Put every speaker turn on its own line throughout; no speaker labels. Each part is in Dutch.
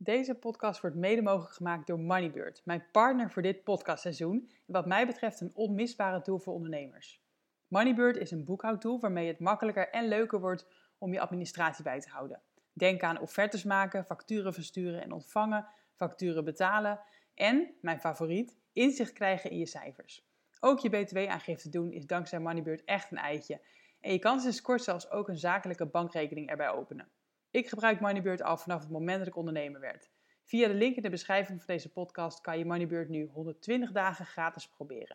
Deze podcast wordt mede mogelijk gemaakt door Moneybird, mijn partner voor dit podcastseizoen en wat mij betreft een onmisbare tool voor ondernemers. Moneybird is een boekhoudtool waarmee het makkelijker en leuker wordt om je administratie bij te houden. Denk aan offertes maken, facturen versturen en ontvangen, facturen betalen en, mijn favoriet, inzicht krijgen in je cijfers. Ook je btw-aangifte doen is dankzij Moneybird echt een eitje en je kan sinds kort zelfs ook een zakelijke bankrekening erbij openen. Ik gebruik Moneybird al vanaf het moment dat ik ondernemer werd. Via de link in de beschrijving van deze podcast kan je Moneybird nu 120 dagen gratis proberen.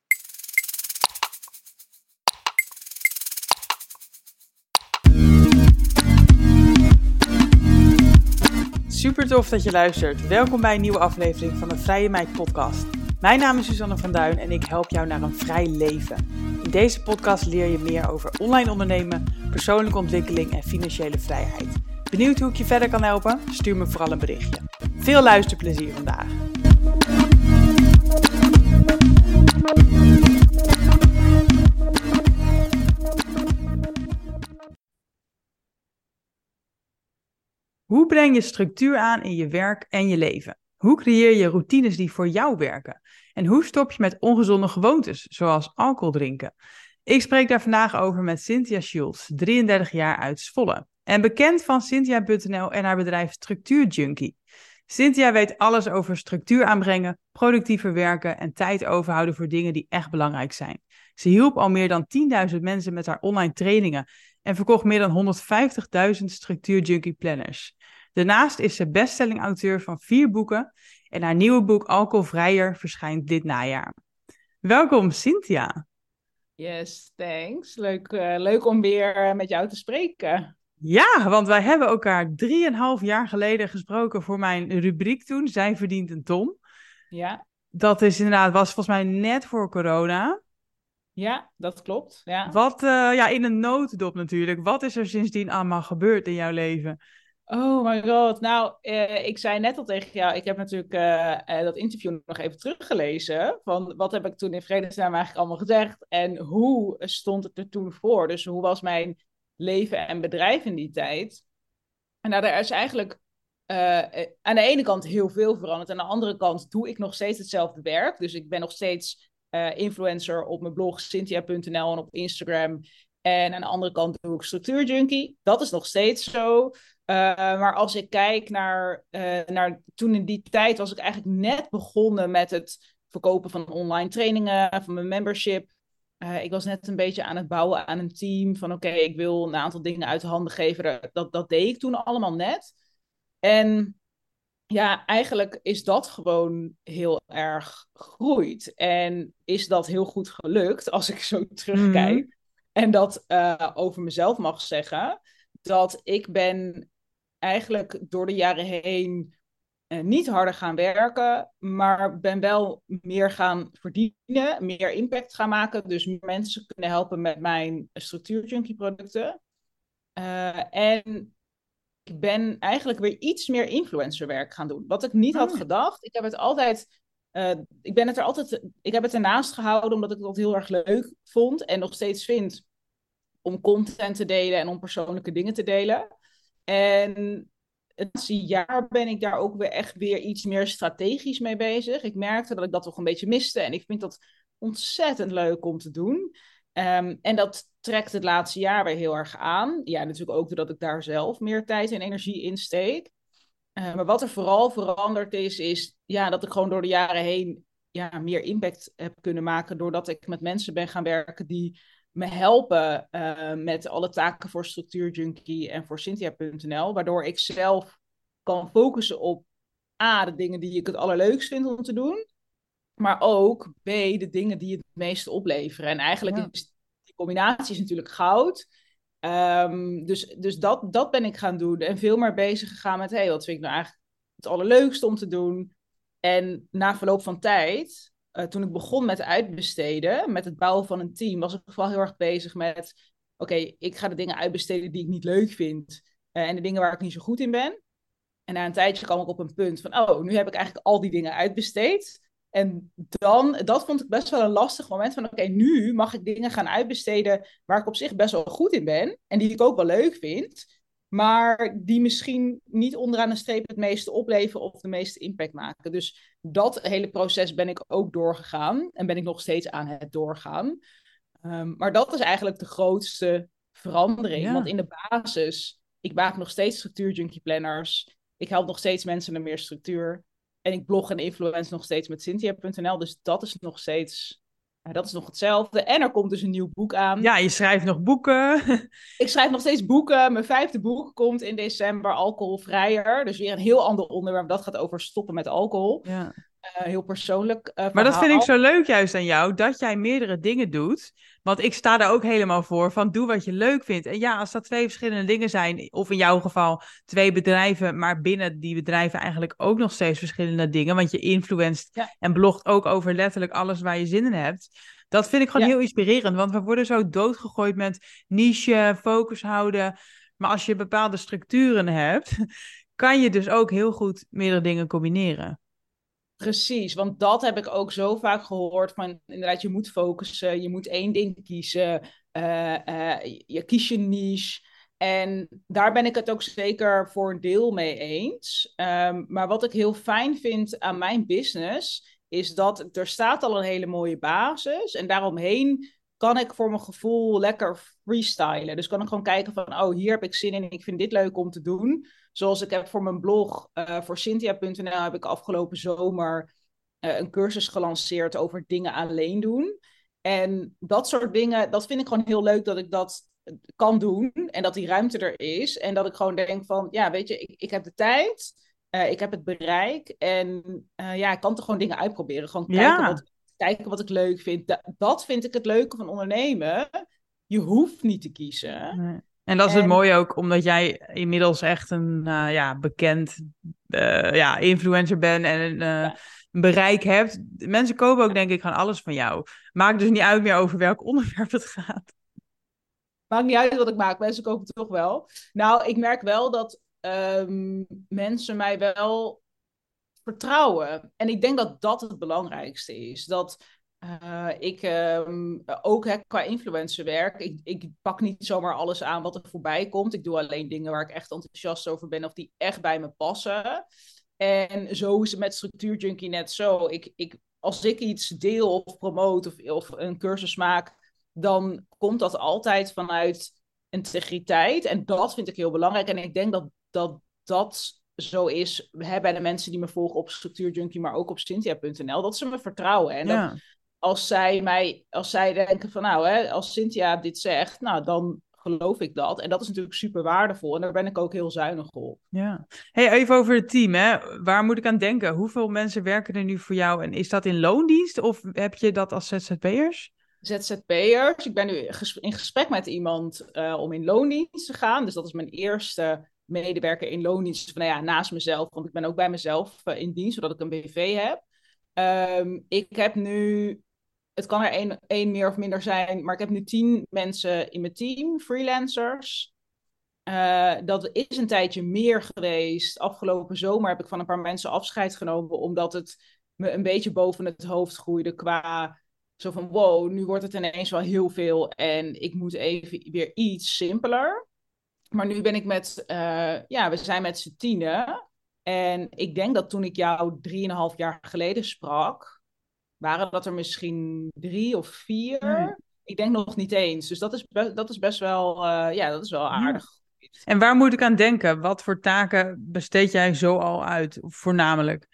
Super tof dat je luistert. Welkom bij een nieuwe aflevering van de Vrije Meid podcast. Mijn naam is Suzanne van Duin en ik help jou naar een vrij leven. In deze podcast leer je meer over online ondernemen, persoonlijke ontwikkeling en financiële vrijheid. Benieuwd hoe ik je verder kan helpen? Stuur me vooral een berichtje. Veel luisterplezier vandaag. Hoe breng je structuur aan in je werk en je leven? Hoe creëer je routines die voor jou werken? En hoe stop je met ongezonde gewoontes, zoals alcohol drinken? Ik spreek daar vandaag over met Cynthia Schultz, 33 jaar uit Zwolle. En bekend van Cynthia.nl en haar bedrijf Structuur Junkie. Cynthia weet alles over structuur aanbrengen, productiever werken en tijd overhouden voor dingen die echt belangrijk zijn. Ze hielp al meer dan 10.000 mensen met haar online trainingen en verkocht meer dan 150.000 Structuur Junkie planners. Daarnaast is ze bestselling-auteur van 4 boeken en haar nieuwe boek Alcoholvrijer verschijnt dit najaar. Welkom Cynthia.
Yes, thanks. Leuk om weer met jou te spreken.
Ja, want wij hebben elkaar 3,5 jaar geleden gesproken voor mijn rubriek toen, Zij verdient een ton.
Ja.
Dat is inderdaad, was volgens mij net voor corona.
Ja, dat klopt. Ja.
Wat, in een notendop natuurlijk. Wat is er sindsdien allemaal gebeurd in jouw leven?
Oh my god. Nou, ik zei net al tegen jou, ik heb natuurlijk dat interview nog even teruggelezen. Van wat heb ik toen in vredesnaam eigenlijk allemaal gezegd en hoe stond het er toen voor? Dus hoe was mijn leven en bedrijf in die tijd? En nou, daar is eigenlijk aan de ene kant heel veel veranderd. Aan de andere kant doe ik nog steeds hetzelfde werk. Dus ik ben nog steeds influencer op mijn blog Cynthia.nl en op Instagram. En aan de andere kant doe ik Structuur Junkie. Dat is nog steeds zo. Maar als ik kijk naar toen in die tijd was ik eigenlijk net begonnen met het verkopen van online trainingen, van mijn membership. Ik was net een beetje aan het bouwen aan een team. Van oké, ik wil een aantal dingen uit de handen geven. Dat deed ik toen allemaal net. En ja, eigenlijk is dat gewoon heel erg gegroeid. En is dat heel goed gelukt als ik zo terugkijk. En dat over mezelf mag zeggen. Dat ik ben eigenlijk door de jaren heen niet harder gaan werken, maar ben wel meer gaan verdienen, meer impact gaan maken, dus meer mensen kunnen helpen met mijn Structuur Junkie producten. En ik ben eigenlijk weer iets meer influencerwerk gaan doen, wat ik niet had gedacht. Ik heb het ernaast gehouden omdat ik dat heel erg leuk vond en nog steeds vind om content te delen en om persoonlijke dingen te delen. En het laatste jaar ben ik daar ook weer iets meer strategisch mee bezig. Ik merkte dat ik dat toch een beetje miste. En ik vind dat ontzettend leuk om te doen. En dat trekt het laatste jaar weer heel erg aan. Ja, natuurlijk ook doordat ik daar zelf meer tijd en energie in steek. Maar wat er vooral veranderd is dat ik gewoon door de jaren heen meer impact heb kunnen maken. Doordat ik met mensen ben gaan werken die me helpen met alle taken voor Structuur Junkie en voor Cynthia.nl. Waardoor ik zelf kan focussen op A, de dingen die ik het allerleukst vind om te doen. Maar ook B, de dingen die het meeste opleveren. En eigenlijk is die combinatie is natuurlijk goud. Dus dat ben ik gaan doen. En veel meer bezig gegaan met, wat vind ik nou eigenlijk het allerleukste om te doen? En na verloop van tijd, toen ik begon met uitbesteden, met het bouwen van een team, was ik vooral heel erg bezig met, oké, ik ga de dingen uitbesteden die ik niet leuk vind. En de dingen waar ik niet zo goed in ben. En na een tijdje kwam ik op een punt van, nu heb ik eigenlijk al die dingen uitbesteed. En dat vond ik best wel een lastig moment van, oké, nu mag ik dingen gaan uitbesteden waar ik op zich best wel goed in ben. En die ik ook wel leuk vind. maar die misschien niet onderaan de streep het meeste opleveren of de meeste impact maken. Dus dat hele proces ben ik ook doorgegaan en ben ik nog steeds aan het doorgaan. Maar dat is eigenlijk de grootste verandering. Want in de basis, ik maak nog steeds structuur-junkie planners. Ik help nog steeds mensen naar meer structuur. En ik blog en influence nog steeds met Cynthia.nl. Dus dat is nog steeds, dat is nog hetzelfde. En er komt dus een nieuw boek aan.
Ja, je schrijft nog boeken.
Ik schrijf nog steeds boeken. Mijn 5e boek komt in december, Alcoholvrijer. Dus weer een heel ander onderwerp. Dat gaat over stoppen met alcohol.
Ja.
Heel persoonlijk
Maar dat vind ik zo leuk juist aan jou, dat jij meerdere dingen doet. Want ik sta daar ook helemaal voor, van doe wat je leuk vindt. En ja, als dat 2 verschillende dingen zijn, of in jouw geval 2 bedrijven, maar binnen die bedrijven eigenlijk ook nog steeds verschillende dingen. Want je influenced en blogt ook over letterlijk alles waar je zin in hebt. Dat vind ik gewoon heel inspirerend, want we worden zo doodgegooid met niche, focus houden. Maar als je bepaalde structuren hebt, kan je dus ook heel goed meerdere dingen combineren.
Precies, want dat heb ik ook zo vaak gehoord van inderdaad, je moet focussen, je moet 1 ding kiezen, je kies je niche. En daar ben ik het ook zeker voor een deel mee eens. Maar wat ik heel fijn vind aan mijn business, is dat er staat al een hele mooie basis. En daaromheen kan ik voor mijn gevoel lekker freestylen. Dus kan ik gewoon kijken van, oh, hier heb ik zin in, ik vind dit leuk om te doen. Zoals ik heb voor mijn blog, voor Cynthia.nl, heb ik afgelopen zomer een cursus gelanceerd over dingen alleen doen. En dat soort dingen, dat vind ik gewoon heel leuk dat ik dat kan doen. En dat die ruimte er is. En dat ik gewoon denk van, ja, weet je, ik heb de tijd. Ik heb het bereik. En ik kan toch gewoon dingen uitproberen. Gewoon kijken wat ik leuk vind. Dat vind ik het leuke van ondernemen. Je hoeft niet te kiezen.
Nee. En dat is het mooie ook, omdat jij inmiddels echt een bekend influencer bent en een bereik hebt. Mensen kopen ook denk ik gewoon alles van jou. Maakt dus niet uit meer over welk onderwerp het gaat.
Maakt niet uit wat ik maak, mensen kopen het toch wel. Nou, ik merk wel dat mensen mij wel vertrouwen. En ik denk dat dat het belangrijkste is. Dat ik ook qua influencerwerk, ik pak niet zomaar alles aan wat er voorbij komt. Ik doe alleen dingen waar ik echt enthousiast over ben of die echt bij me passen. En zo is het met Structuur Junkie net zo. Als ik iets deel of promote of een cursus maak, dan komt dat altijd vanuit integriteit. En dat vind ik heel belangrijk. En ik denk dat zo is bij de mensen die me volgen op Structuur Junkie, maar ook op Cynthia.nl, dat ze me vertrouwen. En dat als zij denken van nou, als Cynthia dit zegt, nou dan geloof ik dat. En dat is natuurlijk super waardevol. En daar ben ik ook heel zuinig op.
Ja. Hey, even over het team, hè. Waar moet ik aan denken? Hoeveel mensen werken er nu voor jou? En is dat in loondienst of heb je dat als ZZP'ers?
ZZP'ers. Ik ben nu in gesprek met iemand om in loondienst te gaan. Dus dat is mijn eerste medewerker in loondienst. Van, naast mezelf, want ik ben ook bij mezelf in dienst, zodat ik een BV heb. Ik heb nu, het kan er één meer of minder zijn, maar ik heb nu 10 mensen in mijn team, freelancers. Dat is een tijdje meer geweest. Afgelopen zomer heb ik van een paar mensen afscheid genomen, omdat het me een beetje boven het hoofd groeide qua zo van wow, nu wordt het ineens wel heel veel en ik moet even weer iets simpeler. Maar nu ben ik we zijn met z'n 10. En ik denk dat toen ik jou 3,5 jaar geleden sprak, waren dat er misschien 3 of 4.
Nee.
Ik denk nog niet eens. Dus dat is best wel, dat is wel aardig.
En waar moet ik aan denken? Wat voor taken besteed jij zo al uit, voornamelijk?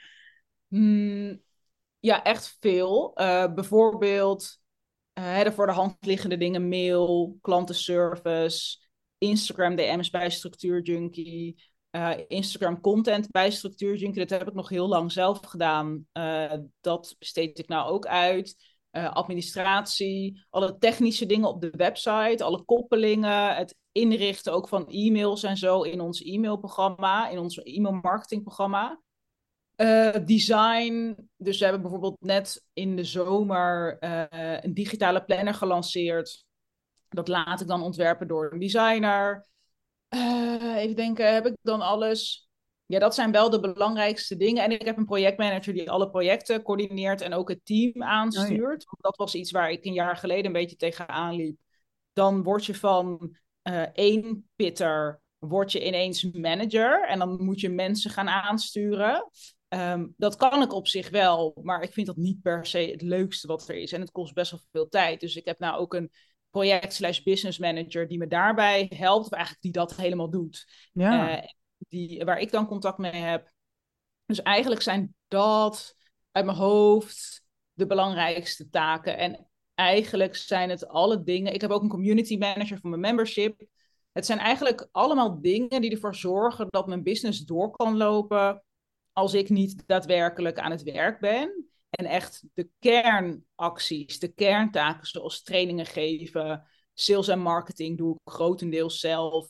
Ja, echt veel. Bijvoorbeeld de voor de hand liggende dingen, mail, klantenservice, Instagram DM's bij Structuur Junkie, Instagram content bij Structuur Junkie. Dat heb ik nog heel lang zelf gedaan. Dat besteed ik nou ook uit. Administratie, alle technische dingen op de website, alle koppelingen, het inrichten ook van e-mails en zo in ons e-mailprogramma, in ons e-mailmarketingprogramma. Design. Dus we hebben bijvoorbeeld net in de zomer een digitale planner gelanceerd. Dat laat ik dan ontwerpen door een designer. Even denken, heb ik dan alles? Ja, dat zijn wel de belangrijkste dingen. En ik heb een projectmanager die alle projecten coördineert en ook het team aanstuurt. Dat was iets waar ik een jaar geleden een beetje tegenaan liep. Dan word je van 1 pitter word je ineens manager en dan moet je mensen gaan aansturen. Dat kan ik op zich wel, maar ik vind dat niet per se het leukste wat er is. En het kost best wel veel tijd. Dus ik heb nou ook een project/business manager die me daarbij helpt, of eigenlijk die dat helemaal doet.
Ja.
Waar ik dan contact mee heb. Dus eigenlijk zijn dat uit mijn hoofd de belangrijkste taken. En eigenlijk zijn het alle dingen. Ik heb ook een community manager voor mijn membership. Het zijn eigenlijk allemaal dingen die ervoor zorgen dat mijn business door kan lopen als ik niet daadwerkelijk aan het werk ben. En echt de kernacties, de kerntaken zoals trainingen geven, sales en marketing doe ik grotendeels zelf.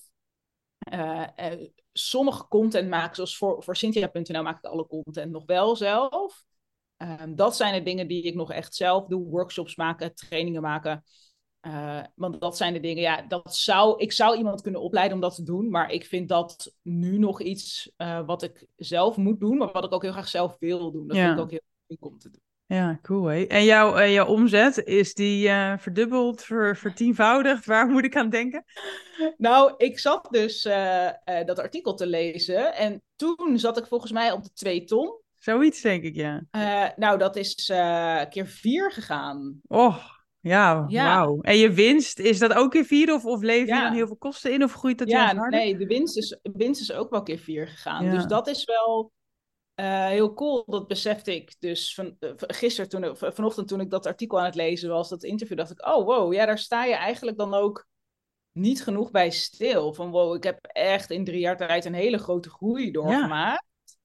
Sommige content maken, zoals voor Cynthia.nl maak ik alle content nog wel zelf. Dat zijn de dingen die ik nog echt zelf doe. Workshops maken, trainingen maken. Want dat zijn de dingen, ja, ik zou iemand kunnen opleiden om dat te doen. Maar ik vind dat nu nog iets wat ik zelf moet doen. Maar wat ik ook heel graag zelf wil doen. Dat vind ik ook heel leuk om te doen.
Ja, cool hè. En jouw omzet, is die verdubbeld, vertienvoudigd? Waar moet ik aan denken?
Nou, ik zat dus dat artikel te lezen. En toen zat ik volgens mij op de 2 ton.
Zoiets denk ik, ja.
Nou, dat is keer 4 gegaan.
Oh, ja,
Ja,
wauw. En je winst, is dat ook keer 4 of lever je dan
ja.
heel veel kosten in of groeit dat juist
Ja,
harder?
nee, de winst is ook wel keer 4 gegaan. Dus
Ja,
dat is wel heel cool. Dat besefte ik dus gisteren, vanochtend toen ik dat artikel aan het lezen was, dat interview, dacht ik, oh wow, ja, daar sta je eigenlijk dan ook niet genoeg bij stil. Van wow, ik heb echt in 3 jaar tijd een hele grote groei
ja.
doorgemaakt.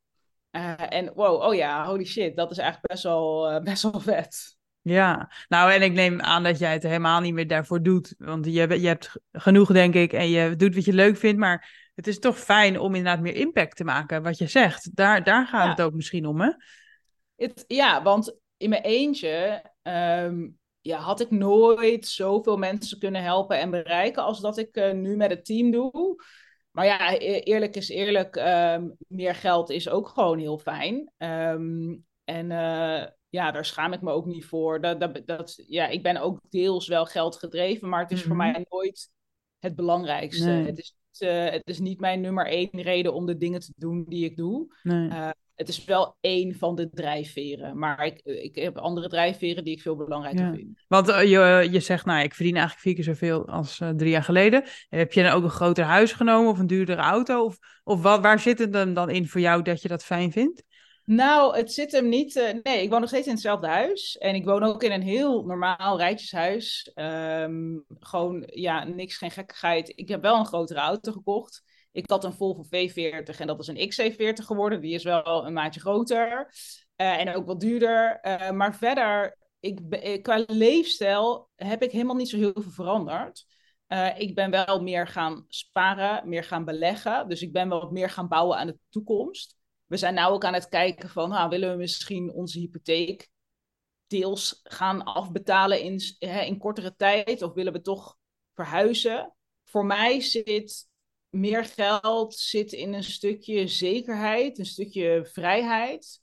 En wow, oh ja, holy shit, dat is eigenlijk best wel vet.
Ja, nou en ik neem aan dat jij het helemaal niet meer daarvoor doet. Want je hebt genoeg, denk ik, en je doet wat je leuk vindt. Maar het is toch fijn om inderdaad meer impact te maken, wat je zegt. Daar gaat het
Ja.
ook misschien om, hè?
Ja, want in mijn eentje ja, had ik nooit zoveel mensen kunnen helpen en bereiken als dat ik nu met het team doe. Maar ja, eerlijk is eerlijk, meer geld is ook gewoon heel fijn. En ja, daar schaam ik me ook niet voor. Ja, ik ben ook deels wel geld gedreven, maar het is voor
Mhm.
mij nooit het belangrijkste.
Nee,
Het is niet mijn nummer 1 reden om de dingen te doen die ik doe.
nee.
Het is wel één van de drijfveren. Maar ik heb andere drijfveren die ik veel belangrijker
Ja.
vind.
Want je zegt, nou, ik verdien eigenlijk 4 keer zoveel als 3 jaar geleden. Heb je dan ook een groter huis genomen of een duurdere auto? Of waar zit het dan in voor jou dat je dat fijn vindt?
Nou, het zit hem niet. Nee, ik woon nog steeds in hetzelfde huis. En ik woon ook in een heel normaal rijtjeshuis. Gewoon, ja, niks, geen gekkigheid. Ik heb wel een grotere auto gekocht. Ik had een Volvo V40 en dat is een XC40 geworden. Die is wel een maatje groter. En ook wat duurder. Maar verder, qua leefstijl heb ik helemaal niet zo heel veel veranderd. Ik ben wel meer gaan sparen, meer gaan beleggen. Dus ik ben wel wat meer gaan bouwen aan de toekomst. We zijn nou ook aan het kijken van, nou, willen we misschien onze hypotheek deels gaan afbetalen in kortere tijd? Of willen we toch verhuizen? Voor mij zit meer geld zit in een stukje zekerheid, een stukje vrijheid.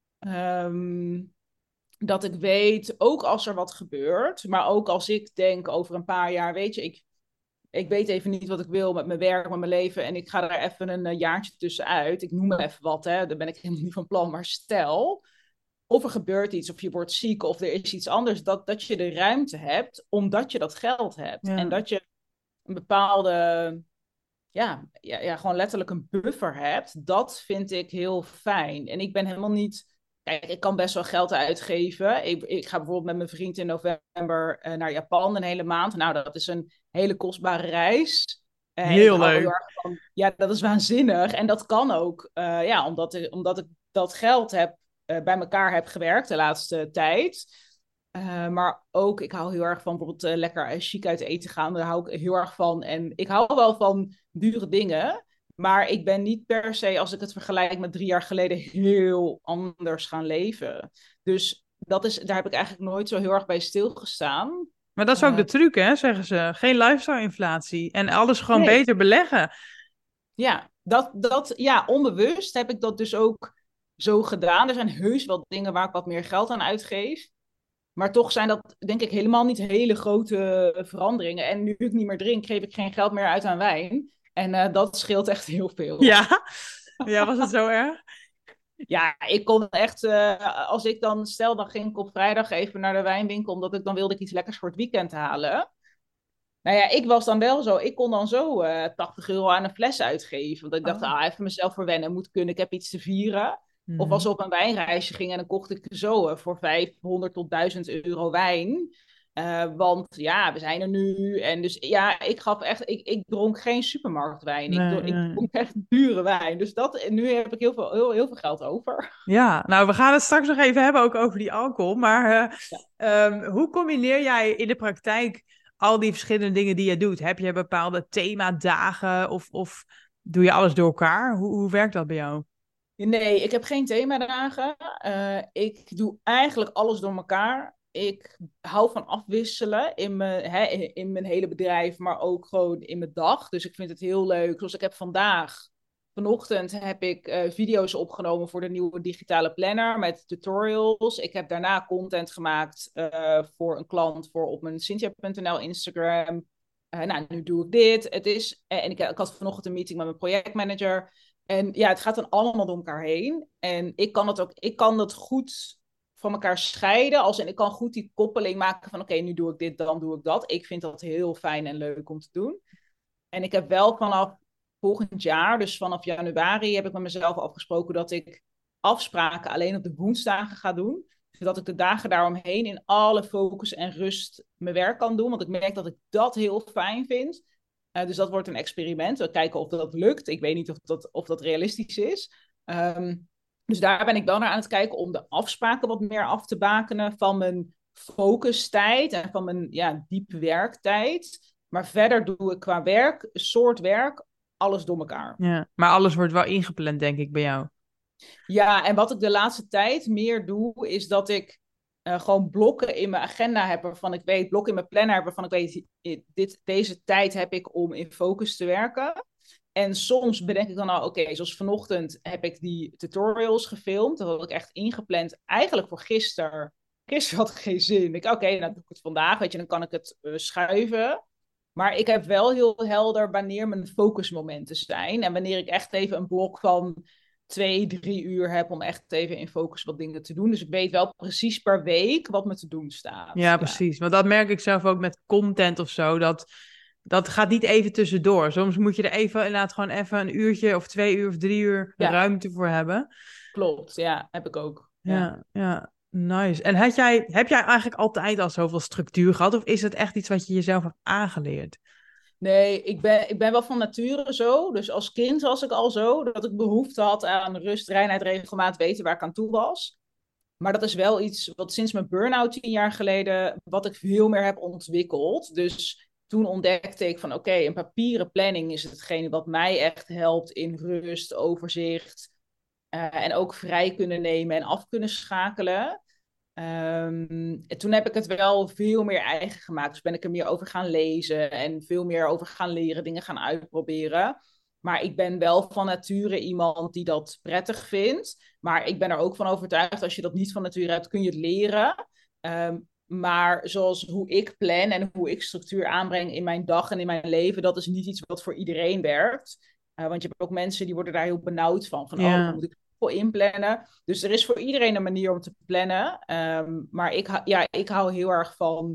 Dat ik weet, ook als er wat gebeurt, maar ook als ik denk over een paar jaar, weet je, ik weet even niet wat ik wil met mijn werk, met mijn leven. En ik ga daar even een jaartje tussenuit. Ik noem even wat, hè. Daar ben ik helemaal niet van plan. Maar stel, of er gebeurt iets, of je wordt ziek, of er is iets anders. Dat je de ruimte hebt, omdat je dat geld hebt. En
Ja.
dat je een bepaalde, gewoon letterlijk een buffer hebt. Dat vind ik heel fijn. En ik ben helemaal niet... Kijk, ik kan best wel geld uitgeven. Ik ga bijvoorbeeld met mijn vriend in november naar Japan een hele maand. Nou, dat is een hele kostbare reis. En ik
Heel
hou heel
leuk.
erg van... Ja, dat is waanzinnig. En dat kan ook, omdat ik dat geld bij elkaar heb gewerkt de laatste tijd. Maar ook, ik hou heel erg van bijvoorbeeld lekker chic uit eten gaan. Daar hou ik heel erg van. En ik hou wel van dure dingen. Maar ik ben niet per se, als ik het vergelijk met 3 jaar geleden, heel anders gaan leven. Dus daar heb ik eigenlijk nooit zo heel erg bij stilgestaan.
Maar dat is ook
Uh,
de truc, hè, zeggen ze. Geen lifestyle-inflatie. En alles gewoon
nee,
beter beleggen.
ja, ja, onbewust heb ik dat dus ook zo gedaan. Er zijn heus wel dingen waar ik wat meer geld aan uitgeef. Maar toch zijn dat, denk ik, helemaal niet hele grote veranderingen. En nu ik niet meer drink, geef ik geen geld meer uit aan wijn. En dat scheelt echt heel veel.
Ja? Ja, was het zo erg?
Ja, ik kon echt, als ik dan, stel dan ging ik op vrijdag even naar de wijnwinkel, omdat ik dan wilde ik iets lekkers voor het weekend halen. Nou ja, ik was dan wel zo, ik kon dan zo €80 aan een fles uitgeven. Want ik dacht,
Oh.
even mezelf verwennen, moet kunnen, ik heb iets te vieren. Of als
Mhm.
we op een wijnreisje gingen en dan kocht ik zo voor 500 tot €1000 wijn. Want ja, we zijn er nu. En dus ja, ik gaf echt, ik dronk geen supermarktwijn.
Nee,
Ik
nee.
dronk echt dure wijn. Dus dat, en nu heb ik heel veel geld over.
Ja, nou, we gaan het straks nog even hebben ook over die alcohol. Maar
Ja.
hoe combineer jij in de praktijk al die verschillende dingen die je doet? Heb je bepaalde themadagen of doe je alles door elkaar? Hoe werkt dat bij jou?
Nee, ik heb geen themadagen. Ik doe eigenlijk alles door elkaar. Ik hou van afwisselen in mijn hele bedrijf, maar ook gewoon in mijn dag. Dus ik vind het heel leuk. Zoals ik heb vanochtend heb ik video's opgenomen voor de nieuwe digitale planner met tutorials. Ik heb daarna content gemaakt voor een klant voor op mijn Cynthia.nl Instagram. Nou, nu doe ik dit. En ik had vanochtend een meeting met mijn projectmanager. En ja, het gaat dan allemaal door elkaar heen. En ik kan dat goed van elkaar scheiden. Ik kan goed die koppeling maken van oké, nu doe ik dit, dan doe ik dat. Ik vind dat heel fijn en leuk om te doen. En ik heb wel vanaf volgend jaar, dus vanaf januari, heb ik met mezelf afgesproken dat ik afspraken alleen op de woensdagen ga doen. Zodat ik de dagen daaromheen in alle focus en rust mijn werk kan doen. Want ik merk dat ik dat heel fijn vind. Dus dat wordt een experiment. We kijken of dat lukt. Ik weet niet of dat realistisch is. Dus daar ben ik wel naar aan het kijken om de afspraken wat meer af te bakenen van mijn focustijd en van mijn diepe werktijd. Maar verder doe ik qua werk, soort werk, alles door elkaar.
Ja, maar alles wordt wel ingepland, denk ik, bij jou.
Ja, en wat ik de laatste tijd meer doe, is dat ik gewoon blokken in mijn agenda heb waarvan ik weet, blokken in mijn planner heb waarvan ik weet, deze tijd heb ik om in focus te werken. En soms bedenk ik dan al, oké, zoals vanochtend heb ik die tutorials gefilmd. Dat had ik echt ingepland, eigenlijk voor gisteren. Gisteren had ik geen zin. Oké, dan doe ik het vandaag, weet je, dan kan ik het schuiven. Maar ik heb wel heel helder wanneer mijn focusmomenten zijn. En wanneer ik echt even een blok van 2, 3 uur heb om echt even in focus wat dingen te doen. Dus ik weet wel precies per week wat me te doen staat.
Ja,
Ja,
precies. Want dat merk ik zelf ook met content of zo. Dat gaat niet even tussendoor. Soms moet je er even inderdaad gewoon even een uurtje of 2 uur of 3 uur
ja,
ruimte voor hebben.
klopt. Ja, heb ik ook. Ja.
Ja, ja, nice. En heb jij eigenlijk altijd al zoveel structuur gehad? Of is het echt iets wat je jezelf hebt aangeleerd?
Nee, ik ben wel van nature zo. Dus als kind was ik al zo. Dat ik behoefte had aan rust, reinheid, regelmaat, weten waar ik aan toe was. Maar dat is wel iets wat sinds mijn burn-out 10 jaar geleden, wat ik veel meer heb ontwikkeld. Dus toen ontdekte ik van oké, een papieren planning is hetgene wat mij echt helpt in rust, overzicht. En ook vrij kunnen nemen en af kunnen schakelen. En toen heb ik het wel veel meer eigen gemaakt. Dus ben ik er meer over gaan lezen en veel meer over gaan leren, dingen gaan uitproberen. Maar ik ben wel van nature iemand die dat prettig vindt. Maar ik ben er ook van overtuigd, als je dat niet van nature hebt, kun je het leren. Maar zoals hoe ik plan en hoe ik structuur aanbreng in mijn dag en in mijn leven, dat is niet iets wat voor iedereen werkt. Want je hebt ook mensen die worden daar heel benauwd van. Van, oh, dan
Ja.
moet ik voor inplannen. Dus er is voor iedereen een manier om te plannen. Maar ik hou heel erg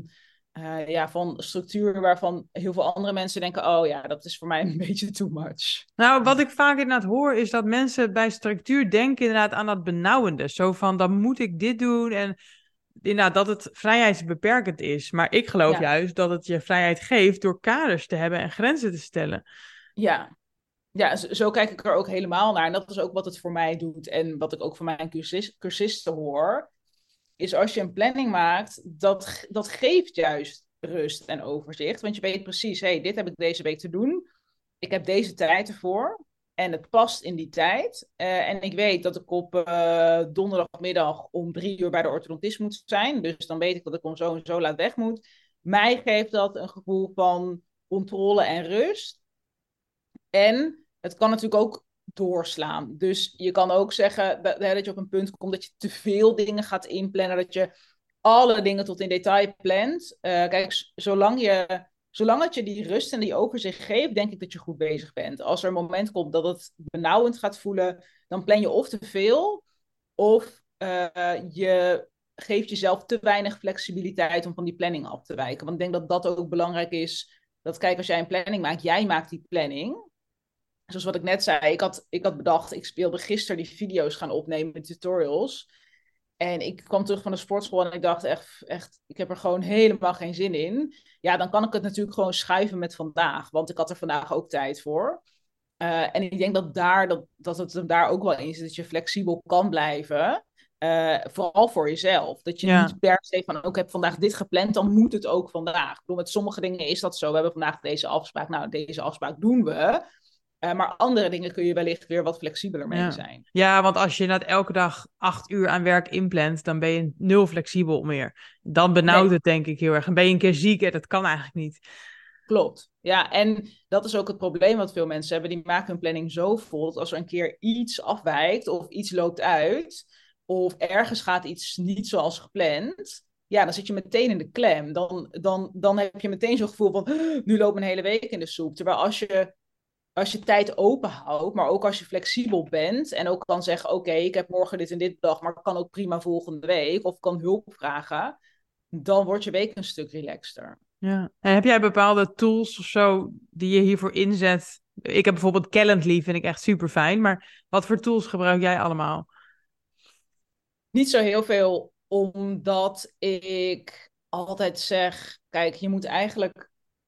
van structuur waarvan heel veel andere mensen denken, oh ja, dat is voor mij een beetje too much.
Nou, wat ik vaak inderdaad hoor, is dat mensen bij structuur denken inderdaad aan dat benauwende. Zo van, dan moet ik dit doen en inderdaad dat het vrijheidsbeperkend is. Maar ik geloof
Ja,
juist dat het je vrijheid geeft door kaders te hebben en grenzen te stellen.
ja. Ja, zo kijk ik er ook helemaal naar. En dat is ook wat het voor mij doet. En wat ik ook van mijn cursisten hoor. Is als je een planning maakt, dat geeft juist rust en overzicht. Want je weet precies, hey, dit heb ik deze week te doen. Ik heb deze tijd ervoor. En het past in die tijd. En ik weet dat ik op donderdagmiddag om 3 uur bij de orthodontist moet zijn. Dus dan weet ik dat ik om zo en zo laat weg moet. Mij geeft dat een gevoel van controle en rust. En het kan natuurlijk ook doorslaan. Dus je kan ook zeggen dat je op een punt komt dat je te veel dingen gaat inplannen. Dat je alle dingen tot in detail plant. Kijk, zolang je zolang het je die rust en die overzicht geeft, denk ik dat je goed bezig bent. Als er een moment komt dat het benauwend gaat voelen, dan plan je of te veel, of je geeft jezelf te weinig flexibiliteit om van die planning af te wijken. Want ik denk dat dat ook belangrijk is. Dat kijk, als jij een planning maakt, jij maakt die planning. Zoals wat ik net zei, ik had bedacht, ik speelde gisteren die video's gaan opnemen, tutorials. En ik kwam terug van de sportschool en ik dacht echt, ik heb er gewoon helemaal geen zin in. Ja, dan kan ik het natuurlijk gewoon schuiven met vandaag, want ik had er vandaag ook tijd voor. En ik denk dat het hem daar ook wel in zit, dat je flexibel kan blijven. Vooral voor jezelf. Dat je
Ja.
niet per se van, ook ik heb vandaag dit gepland, dan moet het ook vandaag. Ik bedoel, met sommige dingen is dat zo. We hebben vandaag deze afspraak. Nou, deze afspraak doen we. Maar andere dingen kun je wellicht weer wat flexibeler mee
Ja.
zijn.
Ja, want als je net elke dag 8 uur aan werk inplant, dan ben je nul flexibel meer. Dan benauwt
Nee,
het denk ik heel erg. En ben je een keer ziek, hè? Dat kan eigenlijk niet.
klopt. Ja, en dat is ook het probleem wat veel mensen hebben. Die maken hun planning zo vol dat als er een keer iets afwijkt of iets loopt uit, of ergens gaat iets niet zoals gepland, ja, dan zit je meteen in de klem. Dan heb je meteen zo'n gevoel van, nu loopt mijn hele week in de soep. Terwijl als je tijd open houdt, maar ook als je flexibel bent en ook kan zeggen, oké, ik heb morgen dit en dit dag, maar ik kan ook prima volgende week of kan hulp vragen, dan wordt je week een stuk relaxter.
Ja. En heb jij bepaalde tools of zo die je hiervoor inzet? Ik heb bijvoorbeeld Calendly, vind ik echt super fijn. Maar wat voor tools gebruik jij allemaal?
Niet zo heel veel, omdat ik altijd zeg, kijk, je moet eigenlijk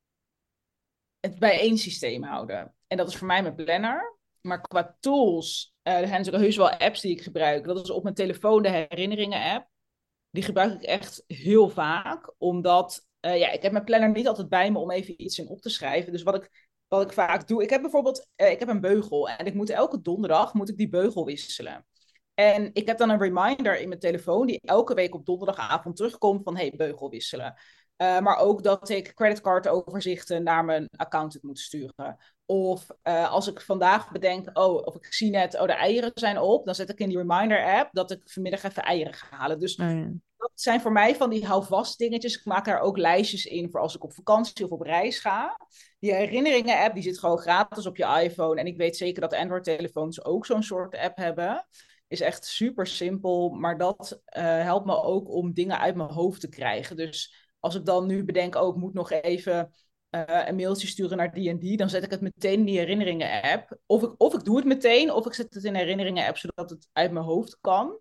het bij één systeem houden. En dat is voor mij mijn planner. Maar qua tools, er zijn natuurlijk heus wel apps die ik gebruik. Dat is op mijn telefoon de herinneringen-app. Die gebruik ik echt heel vaak, omdat ja, ik heb mijn planner niet altijd bij me om even iets in op te schrijven. Dus wat ik vaak doe, ik heb bijvoorbeeld ik heb een beugel en ik moet elke donderdag moet ik die beugel wisselen. En ik heb dan een reminder in mijn telefoon die elke week op donderdagavond terugkomt van hey, beugel wisselen. Maar ook dat ik creditcardoverzichten naar mijn accountant moet sturen. Of als ik vandaag bedenk, of ik zie net, de eieren zijn op, dan zet ik in die reminder app dat ik vanmiddag even eieren ga halen. Dus
Oh, ja.
dat zijn voor mij van die houvast dingetjes. Ik maak daar ook lijstjes in voor als ik op vakantie of op reis ga. Die herinneringen app, die zit gewoon gratis op je iPhone. En ik weet zeker dat Android-telefoons ook zo'n soort app hebben. Is echt super simpel, maar dat helpt me ook om dingen uit mijn hoofd te krijgen. Dus als ik dan nu bedenk, ik moet nog even een mailtje sturen naar die en die, dan zet ik het meteen in die herinneringen-app. Of ik doe het meteen, of ik zet het in de herinneringen-app, zodat het uit mijn hoofd kan.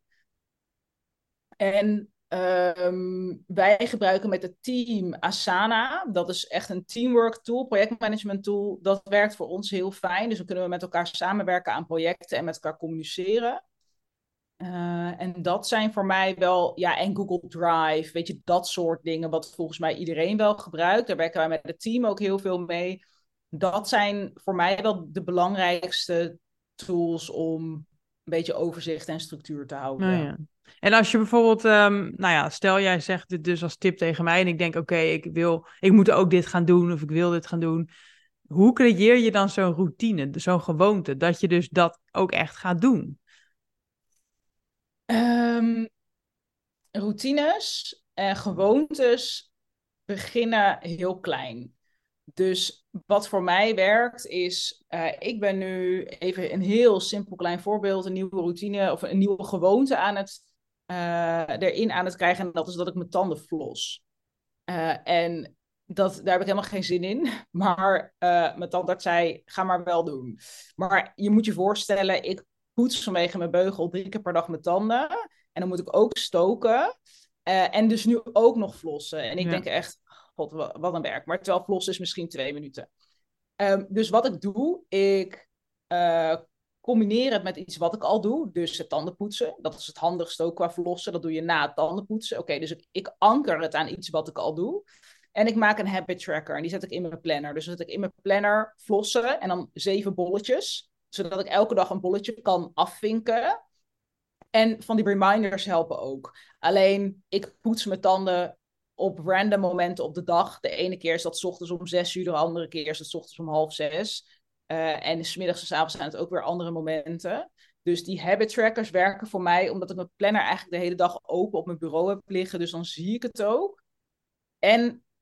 En wij gebruiken met het team Asana. Dat is echt een teamwork tool, projectmanagement tool. Dat werkt voor ons heel fijn. Dus dan kunnen we met elkaar samenwerken aan projecten en met elkaar communiceren. En dat zijn voor mij wel, ja, en Google Drive, weet je, dat soort dingen, wat volgens mij iedereen wel gebruikt. Daar werken wij met het team ook heel veel mee. Dat zijn voor mij wel de belangrijkste tools om een beetje overzicht en structuur te
Nou
houden.
ja. En als je bijvoorbeeld, nou ja, stel jij zegt dit dus als tip tegen mij en ik denk, oké, ik moet ook dit gaan doen of ik wil dit gaan doen. Hoe creëer je dan zo'n routine, zo'n gewoonte, dat je dus dat ook echt gaat doen?
Um, Routines en gewoontes beginnen heel klein. Dus wat voor mij werkt is, ik ben nu even een heel simpel klein voorbeeld, een nieuwe routine of een nieuwe gewoonte erin aan het krijgen. En dat is dat ik mijn tanden flos. En daar heb ik helemaal geen zin in. Maar mijn tandarts zei, ga maar wel doen. Maar je moet je voorstellen, ik poets vanwege mijn beugel 3 keer per dag mijn tanden. En dan moet ik ook stoken. En dus nu ook nog flossen. En ik denk
Ja.
echt, god, wat een werk. Maar terwijl flossen is misschien 2 minuten. Dus wat ik doe, ik uh, combineer het met iets wat ik al doe. Dus het tandenpoetsen. Dat is het handigste ook qua flossen. Dat doe je na het tandenpoetsen. Oké, dus ik anker het aan iets wat ik al doe. En ik maak een habit tracker. En die zet ik in mijn planner. Dus dan zet ik in mijn planner flossen. En dan 7 bolletjes. Zodat ik elke dag een bolletje kan afvinken. En van die reminders helpen ook. Alleen, ik poets mijn tanden op random momenten op de dag. De ene keer is dat 's ochtends om 6 uur, de andere keer is dat 's ochtends om 5:30. En 's middags en 's avonds zijn het ook weer andere momenten. Dus die habit trackers werken voor mij, omdat ik mijn planner eigenlijk de hele dag open op mijn bureau heb liggen. Dus dan zie ik het ook. En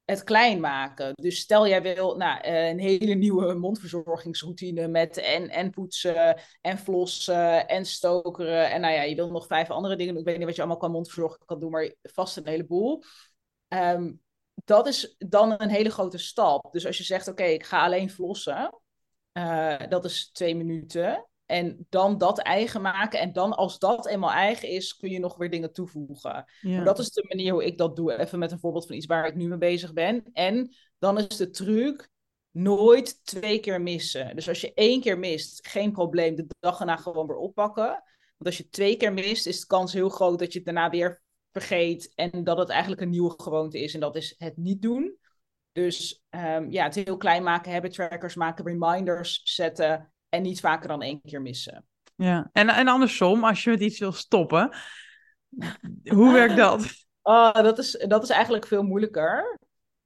het klein maken. Dus stel jij wil een hele nieuwe mondverzorgingsroutine met en poetsen en flossen en stokeren. En je wil nog 5 andere dingen doen. Ik weet niet wat je allemaal qua mondverzorging kan doen, maar vast een heleboel. Dat is dan een hele grote stap. Dus als je zegt, oké, ik ga alleen flossen. Dat is 2 minuten. En dan dat eigen maken. En dan als dat eenmaal eigen is, kun je nog weer dingen toevoegen. Maar dat is de manier hoe ik dat doe. Even met een voorbeeld van iets waar ik nu mee bezig ben. En dan is de truc nooit 2 keer missen. Dus als je 1 keer mist, geen probleem. De dag erna gewoon weer oppakken. Want als je 2 keer mist, is de kans heel groot dat je het daarna weer vergeet. En dat het eigenlijk een nieuwe gewoonte is. En dat is het niet doen. Dus het heel klein maken, habit trackers maken, reminders zetten en niet vaker dan 1 keer missen.
Ja, en andersom, als je met iets wil stoppen, hoe werkt dat?
Dat is eigenlijk veel moeilijker.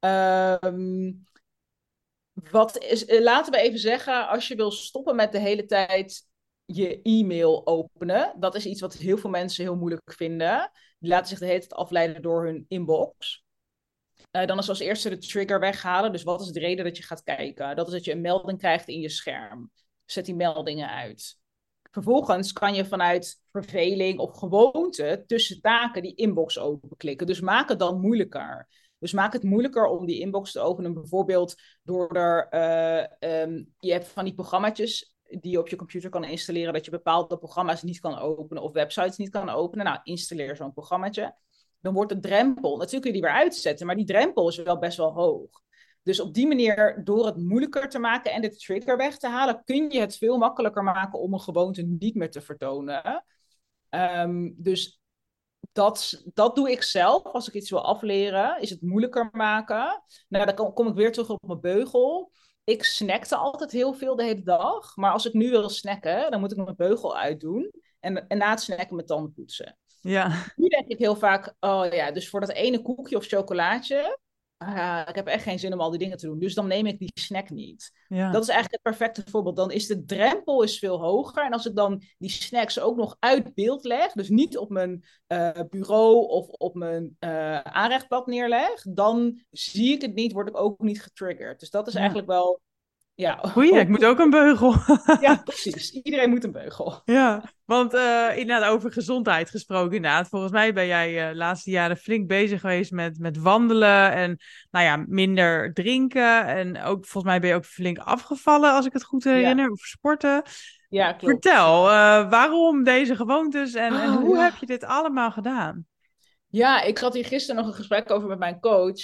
Laten we even zeggen, als je wil stoppen met de hele tijd je e-mail openen, dat is iets wat heel veel mensen heel moeilijk vinden. Die laten zich de hele tijd afleiden door hun inbox. Dan is als eerste de trigger weghalen. Dus wat is de reden dat je gaat kijken? Dat is dat je een melding krijgt in je scherm. Zet die meldingen uit. Vervolgens kan je vanuit verveling of gewoonte tussen taken die inbox openklikken. Dus maak het dan moeilijker. Dus maak het moeilijker om die inbox te openen. Bijvoorbeeld door je hebt van die programma's die je op je computer kan installeren, dat je bepaalde programma's niet kan openen of websites niet kan openen. Nou, installeer zo'n programmaatje. Dan wordt de drempel, natuurlijk kun je die weer uitzetten, maar die drempel is wel best wel hoog. Dus op die manier, door het moeilijker te maken en de trigger weg te halen, kun je het veel makkelijker maken om een gewoonte niet meer te vertonen. Dus dat doe ik zelf. Als ik iets wil afleren, is het moeilijker maken. Nou, dan kom ik weer terug op mijn beugel. Ik snackte altijd heel veel de hele dag. Maar als ik nu wil snacken, dan moet ik mijn beugel uitdoen. En na het snacken mijn tanden poetsen.
Ja.
Nu denk ik heel vaak, dus voor dat ene koekje of chocolaatje, ik heb echt geen zin om al die dingen te doen. Dus dan neem ik die snack niet.
Ja.
Dat is eigenlijk het perfecte voorbeeld. Dan is de drempel veel hoger. En als ik dan die snacks ook nog uit beeld leg, dus niet op mijn bureau of op mijn aanrechtblad neerleg, dan zie ik het niet, word ik ook niet getriggerd. Dus dat is eigenlijk wel... Ja,
goeie, ik moet ook een beugel.
Ja, precies. Iedereen moet een beugel.
Ja, want inderdaad over gezondheid gesproken inderdaad. Volgens mij ben jij de laatste jaren flink bezig geweest met wandelen en minder drinken. En ook volgens mij ben je ook flink afgevallen, als ik het goed herinner, of sporten.
Ja, klopt.
Vertel, waarom deze gewoontes en hoe heb je dit allemaal gedaan?
Ja, ik had hier gisteren nog een gesprek over met mijn coach.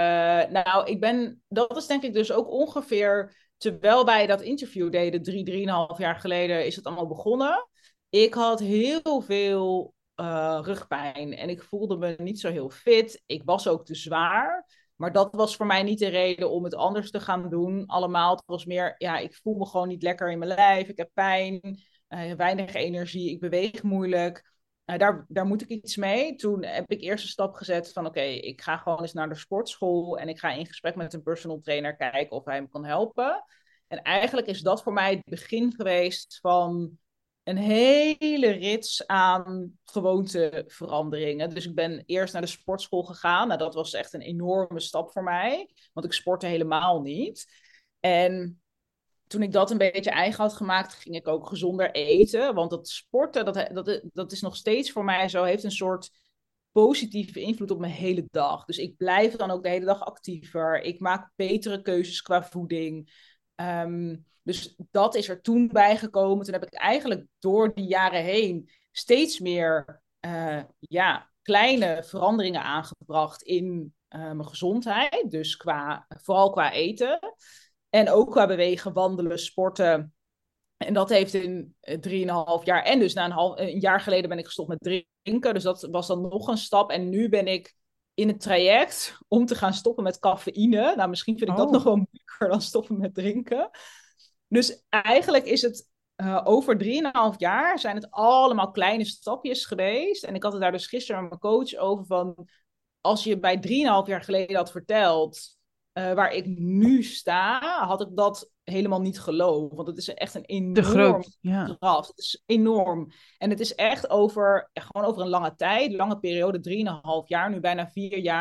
Dat is denk ik dus ook ongeveer, terwijl wij dat interview deden, 3,5 jaar geleden is het allemaal begonnen. Ik had heel veel rugpijn en ik voelde me niet zo heel fit. Ik was ook te zwaar, maar dat was voor mij niet de reden om het anders te gaan doen. Allemaal, het was meer, ik voel me gewoon niet lekker in mijn lijf. Ik heb pijn, weinig energie, ik beweeg moeilijk. Daar moet ik iets mee. Toen heb ik eerst een stap gezet van oké, ik ga gewoon eens naar de sportschool en ik ga in gesprek met een personal trainer kijken of hij me kan helpen. En eigenlijk is dat voor mij het begin geweest van een hele rits aan gewoonteveranderingen. Dus ik ben eerst naar de sportschool gegaan. Nou, dat was echt een enorme stap voor mij, want ik sportte helemaal niet. En toen ik dat een beetje eigen had gemaakt, ging ik ook gezonder eten. Want dat sporten, dat is nog steeds voor mij zo, heeft een soort positieve invloed op mijn hele dag. Dus ik blijf dan ook de hele dag actiever. Ik maak betere keuzes qua voeding. Dus dat is er toen bijgekomen. Toen heb ik eigenlijk door die jaren heen steeds meer kleine veranderingen aangebracht in mijn gezondheid. Dus vooral qua eten. En ook qua bewegen, wandelen, sporten. En dat heeft in 3,5 jaar. En dus na een jaar geleden ben ik gestopt met drinken. Dus dat was dan nog een stap. En nu ben ik in het traject om te gaan stoppen met cafeïne. Nou, misschien vind ik dat nog wel moeilijker dan stoppen met drinken. Dus eigenlijk is het over 3,5 jaar zijn het allemaal kleine stapjes geweest. En ik had het daar dus gisteren met mijn coach over van, als je bij 3,5 jaar geleden had verteld waar ik nu sta, had ik dat helemaal niet geloofd. Want het is echt een enorm gras. Het is enorm. En het is echt gewoon over een lange tijd, lange periode, 3,5 jaar, nu bijna 4 jaar,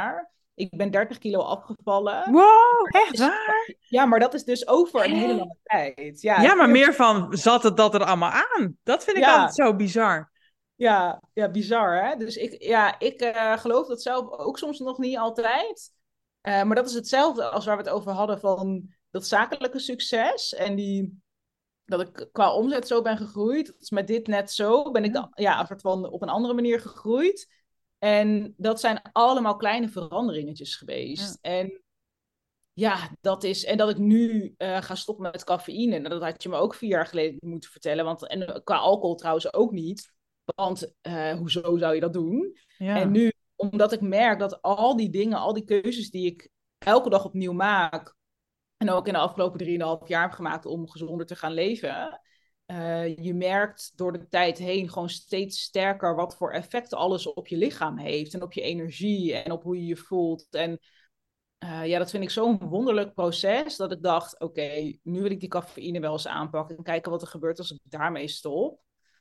Ik ben 30 kilo afgevallen.
Wow, echt waar?
Ja, maar dat is dus over een hele
Hè?
lange tijd. Ja,
Ja,
kun
maar
je...
meer van, zat het dat er allemaal aan? Dat vind ik altijd
Ja,
zo bizar.
ja, bizar hè. Dus ik geloof dat zelf ook soms nog niet altijd. Maar dat is hetzelfde als waar we het over hadden van dat zakelijke succes. En dat ik qua omzet zo ben gegroeid. Dat is met dit net zo. Ben ik
Ja.
een soort van op een andere manier gegroeid. En dat zijn allemaal kleine veranderingetjes
Ja.
geweest. En ja, dat is. En dat ik nu ga stoppen met cafeïne. Nou, dat had je me ook 4 jaar geleden moeten vertellen. En qua alcohol trouwens ook niet. Want hoezo zou je dat doen? En
Ja.
nu, omdat ik merk dat al die dingen, al die keuzes die ik elke dag opnieuw maak. En ook in de afgelopen 3,5 jaar heb gemaakt om gezonder te gaan leven. Je merkt door de tijd heen gewoon steeds sterker wat voor effect alles op je lichaam heeft. En op je energie en op hoe je je voelt. En ja, dat vind ik zo'n wonderlijk proces dat ik dacht, oké, nu wil ik die cafeïne wel eens aanpakken en kijken wat er gebeurt als ik daarmee stop.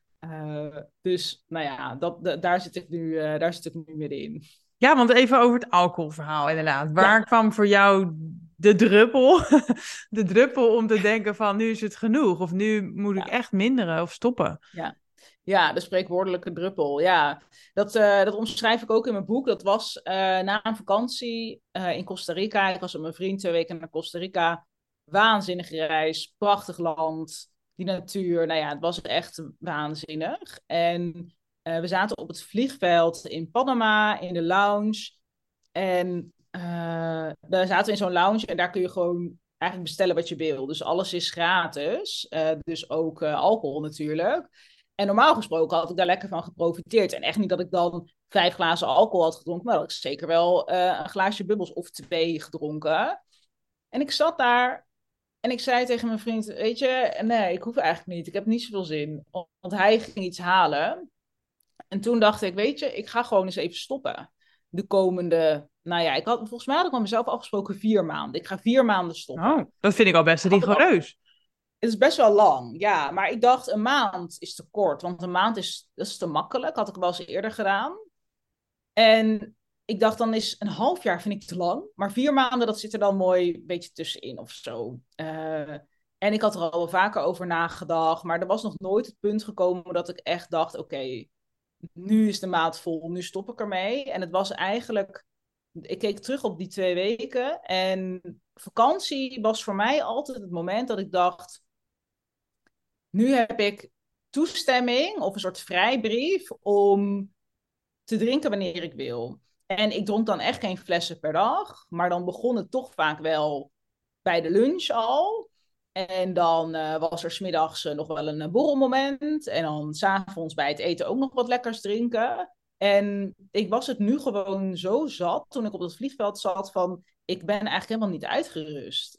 Dus, nou ja, daar zit ik nu middenin.
Ja, want even over het alcoholverhaal inderdaad. Waar
Ja,
kwam voor jou de druppel, de druppel om te denken van nu is het genoeg of nu moet ik
ja,
echt minderen of stoppen?
ja. Ja, de spreekwoordelijke druppel. Ja, dat omschrijf ik ook in mijn boek. Dat was na een vakantie in Costa Rica. Ik was met mijn vriend 2 weken naar Costa Rica. Waanzinnige reis, prachtig land, die natuur. Nou ja, het was echt waanzinnig. En we zaten op het vliegveld in Panama, in de lounge. En daar zaten we in zo'n lounge en daar kun je gewoon eigenlijk bestellen wat je wil. Dus alles is gratis. Dus ook alcohol natuurlijk. En normaal gesproken had ik daar lekker van geprofiteerd. En echt niet dat ik dan 5 glazen alcohol had gedronken, maar dat ik zeker wel een glaasje bubbels of 2 gedronken. En ik zat daar en ik zei tegen mijn vriend, weet je, nee, ik hoef eigenlijk niet. Ik heb niet zoveel zin. Want hij ging iets halen. En toen dacht ik, weet je, ik ga gewoon eens even stoppen. De komende, nou ja, volgens mij had ik met mezelf afgesproken 4 maanden. Ik ga 4 maanden
Oh,
stoppen.
dat vind ik al best
Had het al
rigoureus.
Het is best wel lang, ja. Maar ik dacht, een maand is te kort. Want een maand dat is te makkelijk. Had ik wel eens eerder gedaan. En ik dacht, dan is een half jaar vind ik te lang. Maar 4 maanden, dat zit er dan mooi een beetje tussenin of zo. En ik had er al wel vaker over nagedacht. Maar er was nog nooit het punt gekomen dat ik echt dacht, oké, nu is de maand vol. Nu stop ik ermee. En het was eigenlijk... Ik keek terug op die 2 weken. En vakantie was voor mij altijd het moment dat ik dacht... Nu heb ik toestemming of een soort vrijbrief om te drinken wanneer ik wil. En ik dronk dan echt geen flessen per dag, maar dan begon het toch vaak wel bij de lunch al. En dan was er 's middags nog wel een borrelmoment. En dan 's avonds bij het eten ook nog wat lekkers drinken. En ik was het nu gewoon zo zat toen ik op het vliegveld zat van... Ik ben eigenlijk helemaal niet uitgerust.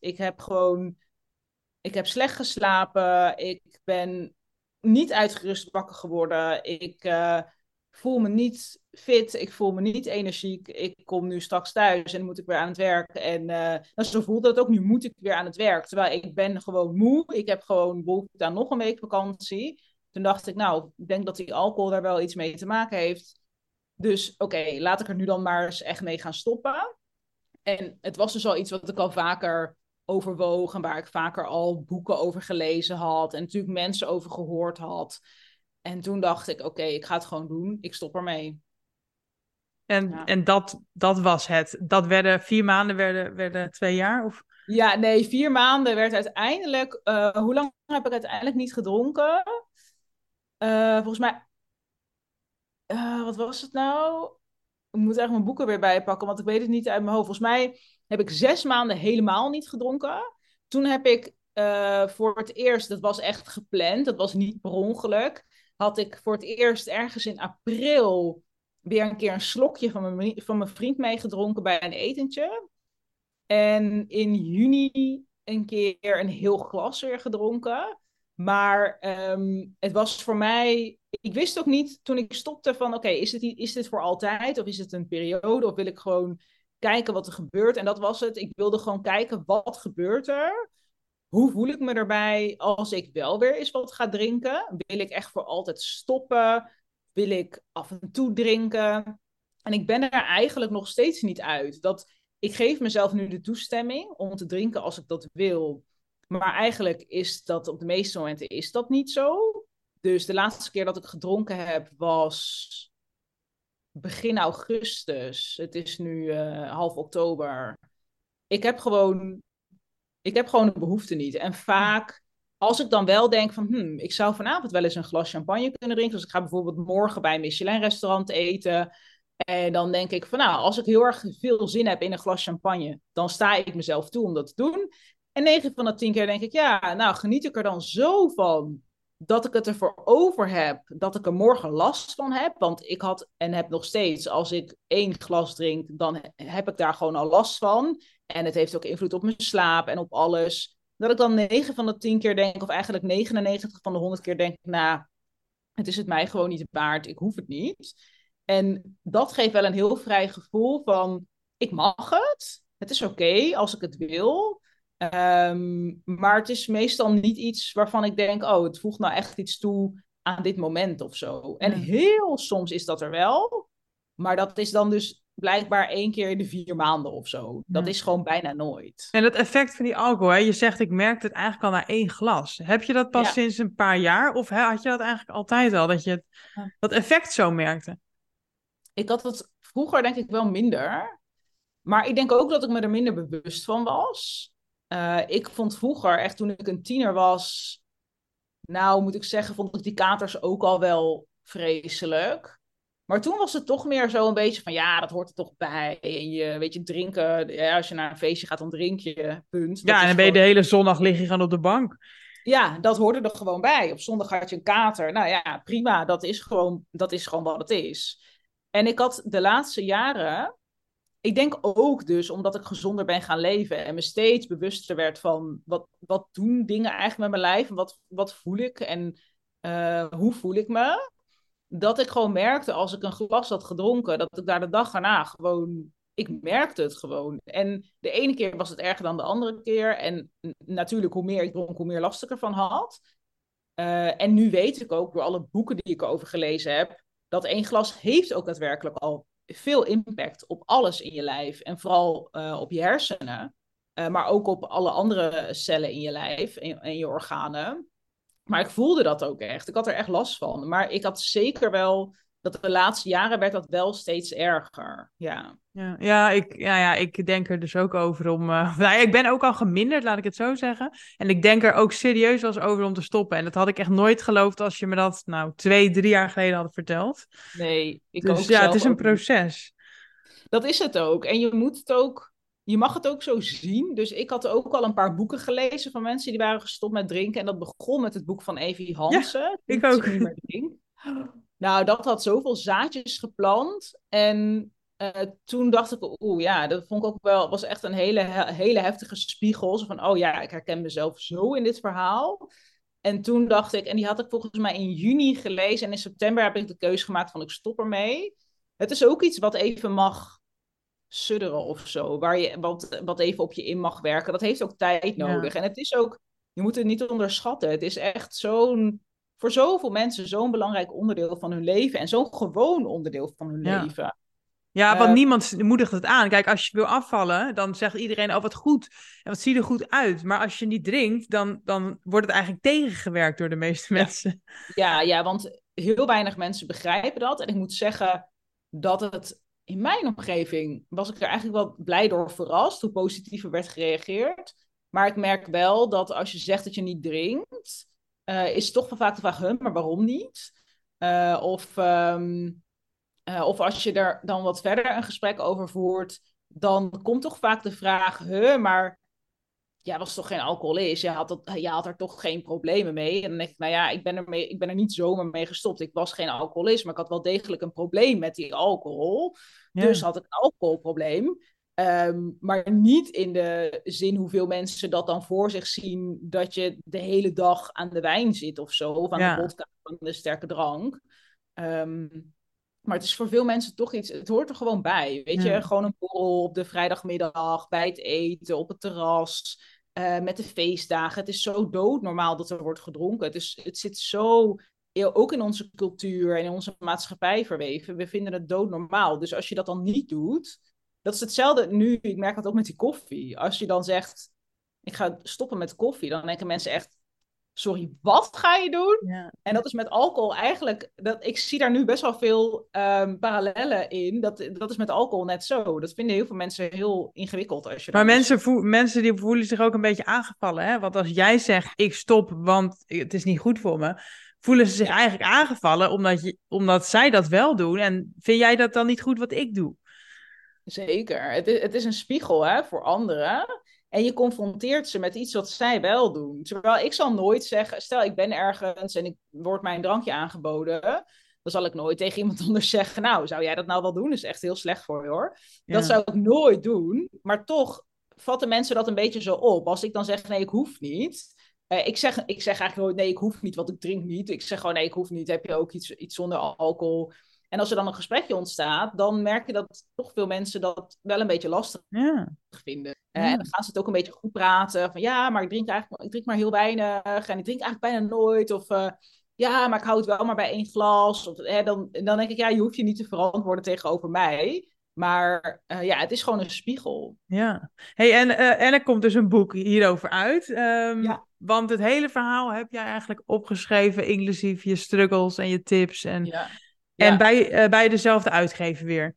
Ik heb slecht geslapen. Ik ben niet uitgerust wakker geworden. Ik voel me niet fit. Ik voel me niet energiek. Ik kom nu straks thuis en moet ik weer aan het werk. En nou, zo voelde het ook. Nu moet ik weer aan het werk. Terwijl ik ben gewoon moe. Ik heb gewoon behoefte aan nog een week vakantie. Toen dacht ik, nou, ik denk dat die alcohol daar wel iets mee te maken heeft. Dus oké, laat ik er nu dan maar eens echt mee gaan stoppen. En het was dus al iets wat ik al vaker overwoog en waar ik vaker al boeken over gelezen had en natuurlijk mensen over gehoord had. En toen dacht ik, oké, ik ga het gewoon doen. Ik stop ermee. Ja,
En dat was het. Dat werden 4 maanden, werden 2 jaar? Of?
ja nee, 4 maanden werd uiteindelijk... hoe lang heb ik uiteindelijk niet gedronken? Volgens mij... wat was het nou? Ik moet eigenlijk mijn boeken weer bijpakken, want ik weet het niet uit mijn hoofd. Volgens mij heb ik 6 maanden helemaal niet gedronken. Toen heb ik voor het eerst, dat was echt gepland, dat was niet per ongeluk, had ik voor het eerst ergens in april weer een keer een slokje van mijn vriend meegedronken bij een etentje. En in juni een keer een heel glas weer gedronken. Maar het was voor mij... Ik wist ook niet toen ik stopte van... Oké, is dit voor altijd? Of is het een periode? Of wil ik gewoon kijken wat er gebeurt? En dat was het. Ik wilde gewoon kijken, wat gebeurt er? Hoe voel ik me erbij als ik wel weer eens wat ga drinken? Wil ik echt voor altijd stoppen? Wil ik af en toe drinken? En ik ben er eigenlijk nog steeds niet uit. Ik geef mezelf nu de toestemming om te drinken als ik dat wil. Maar eigenlijk is dat op de meeste momenten is dat niet zo. Dus de laatste keer dat ik gedronken heb was begin augustus. Het is nu half oktober. Ik heb gewoon, ik heb gewoon de behoefte niet. En vaak, als ik dan wel denk van, ik zou vanavond wel eens een glas champagne kunnen drinken. Dus ik ga bijvoorbeeld morgen bij een Michelin-restaurant eten. En dan denk ik van, nou, als ik heel erg veel zin heb in een glas champagne, dan sta ik mezelf toe om dat te doen. En 9 van de 10 keer denk ik, ja, nou, geniet ik er dan zo van dat ik het ervoor over heb, dat ik er morgen last van heb. Want ik had en heb nog steeds, als ik 1 glas drink, dan heb ik daar gewoon al last van. En het heeft ook invloed op mijn slaap en op alles. Dat ik dan 9 van de 10 keer denk, of eigenlijk 99 van de 100 keer denk, nou, het is het mij gewoon niet waard, ik hoef het niet. En dat geeft wel een heel vrij gevoel van, ik mag het. Het is oké als ik het wil. Maar het is meestal niet iets waarvan ik denk, oh, het voegt nou echt iets toe aan dit moment of zo. En heel soms is dat er wel. Maar dat is dan dus blijkbaar 1 keer in de 4 maanden of zo. Dat is gewoon bijna nooit.
En het effect van die alcohol, hè? Je zegt ik merk het eigenlijk al na 1 glas. Heb je dat pas
Ja.
sinds een paar jaar? Of had je dat eigenlijk altijd al, dat je dat effect zo merkte?
Ik had het vroeger denk ik wel minder. Maar ik denk ook dat ik me er minder bewust van was. Ik vond vroeger, echt toen ik een tiener was, nou moet ik zeggen, vond ik die katers ook al wel vreselijk. Maar toen was het toch meer zo een beetje van, ja, dat hoort er toch bij. En je, weet je, drinken, ja, als je naar een feestje gaat, dan drink je, punt.
Ja,
Dat
en
is
dan ben je
gewoon,
de hele zondag lig je gewoon op de bank.
ja, dat hoorde er gewoon bij. Op zondag had je een kater. Nou ja, prima, dat is gewoon wat het is. En ik had de laatste jaren, ik denk ook dus omdat ik gezonder ben gaan leven en me steeds bewuster werd van wat doen dingen eigenlijk met mijn lijf en wat voel ik en hoe voel ik me. Dat ik gewoon merkte als ik een glas had gedronken, dat ik daar de dag daarna gewoon, ik merkte het gewoon. En de ene keer was het erger dan de andere keer. En natuurlijk, hoe meer ik dronk, hoe meer last ik ervan had. En nu weet ik ook, door alle boeken die ik erover gelezen heb, dat 1 glas heeft ook daadwerkelijk al veel impact op alles in je lijf. En vooral op je hersenen. Maar ook op alle andere cellen in je lijf en je organen. Maar ik voelde dat ook echt. Ik had er echt last van. Maar ik had zeker wel, dat de laatste jaren werd dat wel steeds erger. Ja.
Ik denk er dus ook over om... nou ja, ik ben ook al geminderd, laat ik het zo zeggen. En ik denk er ook serieus wel eens over om te stoppen. En dat had ik echt nooit geloofd als je me dat, nou, 2, 3 jaar geleden had verteld.
Nee, ik
Dus
ook
ja, het
zelf
is een
ook niet.
proces.
Dat is het ook. En je moet het ook, je mag het ook zo zien. Dus ik had ook al een paar boeken gelezen van mensen die waren gestopt met drinken. En dat begon met het boek van Evie
Ja,
Hansen,
ik
Als ik
ook.
niet meer drink. Nou, dat had zoveel zaadjes geplant. En toen dacht ik, oeh ja, dat vond ik ook wel, was echt een hele heftige spiegel. Zo van, oh ja, ik herken mezelf zo in dit verhaal. En toen dacht ik, en die had ik volgens mij in juni gelezen. En in september heb ik de keuze gemaakt van, ik stop ermee. Het is ook iets wat even mag sudderen of zo. Wat even op je in mag werken. Dat heeft ook tijd
Ja.
nodig. En het is ook, je moet het niet onderschatten. Het is echt voor zoveel mensen zo'n belangrijk onderdeel van hun leven. En zo'n gewoon onderdeel van hun
Ja.
leven.
Ja, want
Uh,
niemand moedigt het aan. Kijk, als je wil afvallen, dan zegt iedereen, oh wat goed. En wat zie je er goed uit. Maar als je niet drinkt, dan wordt het eigenlijk tegengewerkt door de meeste
ja,
mensen.
ja, want heel weinig mensen begrijpen dat. En ik moet zeggen dat het in mijn omgeving was ik er eigenlijk wel blij door verrast hoe positief er werd gereageerd. Maar ik merk wel dat als je zegt dat je niet drinkt, is toch wel vaak de vraag, maar waarom niet? Of als je er dan wat verder een gesprek over voert, dan komt toch vaak de vraag, maar jij was toch geen alcoholist? Je had er toch geen problemen mee? En dan denk ik, nou ja, ik ben er niet zomaar mee gestopt. Ik was geen alcoholist, maar ik had wel degelijk een probleem met die alcohol. Dus
Ja,
had ik een alcoholprobleem. Maar niet in de zin hoeveel mensen dat dan voor zich zien, dat je de hele dag aan de wijn zit of zo, of aan de
ja,
vodka, of aan de sterke drank. Ehm, maar het is voor veel mensen toch iets, het hoort er gewoon bij. Weet je,
ja.
gewoon een borrel op de vrijdagmiddag, bij het eten, op het terras, met de feestdagen. Het is zo doodnormaal dat er wordt gedronken. Het zit zo ook in onze cultuur en in onze maatschappij verweven. We vinden het doodnormaal. Dus als je dat dan niet doet, dat is hetzelfde nu. Ik merk dat ook met die koffie. Als je dan zegt, ik ga stoppen met koffie, dan denken mensen echt, sorry, wat ga je doen?
Ja.
En dat is met alcohol eigenlijk, ik zie daar nu best wel veel parallellen in. Dat is met alcohol net zo. Dat vinden heel veel mensen heel ingewikkeld als je
Maar
dan dus...
mensen die voelen zich ook een beetje aangevallen, hè? Want als jij zegt, ik stop, want het is niet goed voor me, voelen ze zich
Ja,
eigenlijk aangevallen omdat zij dat wel doen. En vind jij dat dan niet goed wat ik doe?
zeker. Het is een spiegel, hè, voor anderen. En je confronteert ze met iets wat zij wel doen. Terwijl ik zal nooit zeggen, stel ik ben ergens en ik wordt mij een drankje aangeboden, dan zal ik nooit tegen iemand anders zeggen, nou, zou jij dat nou wel doen? Dat is echt heel slecht voor je, hoor. Dat
Ja.
zou ik nooit doen. Maar toch vatten mensen dat een beetje zo op. Als ik dan zeg, nee, ik hoef niet. Ik zeg eigenlijk nooit, nee, ik hoef niet, want ik drink niet. Ik zeg gewoon, nee, ik hoef niet. Heb je ook iets zonder alcohol? En als er dan een gesprekje ontstaat, dan merk je dat toch veel mensen dat wel een beetje lastig
Ja.
vinden. En
Ja.
dan gaan ze het ook een beetje goed praten. Van ja, maar ik drink maar heel weinig. En ik drink eigenlijk bijna nooit. Of ja, maar ik hou het wel maar bij 1 glas. Of, dan denk ik, ja, je hoeft je niet te verantwoorden tegenover mij. Maar ja, het is gewoon een spiegel.
Ja. Hey, en er komt dus een boek hierover uit.
Ja,
Want het hele verhaal heb jij eigenlijk opgeschreven, inclusief je struggles en je tips.
ja,
En
ja.
bij dezelfde uitgever weer.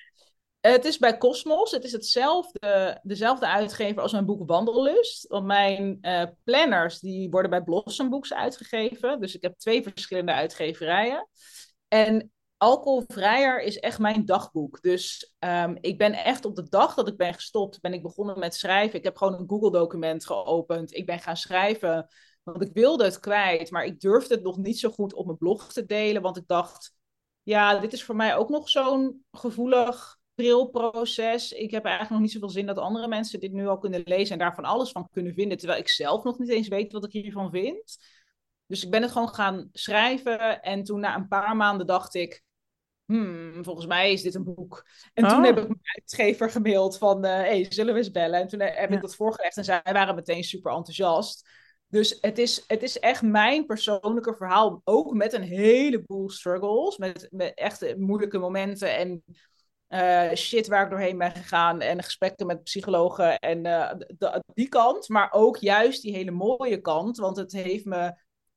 Het is bij Cosmos. Het is dezelfde uitgever als mijn boek Wandellust. Want mijn planners die worden bij Blossom Books uitgegeven. Dus ik heb 2 verschillende uitgeverijen. En Alcoholvrijer is echt mijn dagboek. Dus ik ben echt op de dag dat ik ben gestopt, ben ik begonnen met schrijven. Ik heb gewoon een Google-document geopend. Ik ben gaan schrijven, want ik wilde het kwijt. Maar ik durfde het nog niet zo goed op mijn blog te delen. Want ik dacht, ja, dit is voor mij ook nog zo'n gevoelig prilproces. Ik heb eigenlijk nog niet zoveel zin dat andere mensen dit nu al kunnen lezen en daar van alles van kunnen vinden, terwijl ik zelf nog niet eens weet wat ik hiervan vind. Dus ik ben het gewoon gaan schrijven en toen na een paar maanden dacht ik, volgens mij is dit een boek. En toen heb
Oh,
ik mijn uitgever gemaild van, hey, zullen we eens bellen? En toen heb ik
ja.
dat voorgelegd en zij waren meteen super enthousiast. Dus het is echt mijn persoonlijke verhaal, ook met een heleboel struggles, met echt moeilijke momenten en shit waar ik doorheen ben gegaan en gesprekken met psychologen en die kant, maar ook juist die hele mooie kant, want het heeft me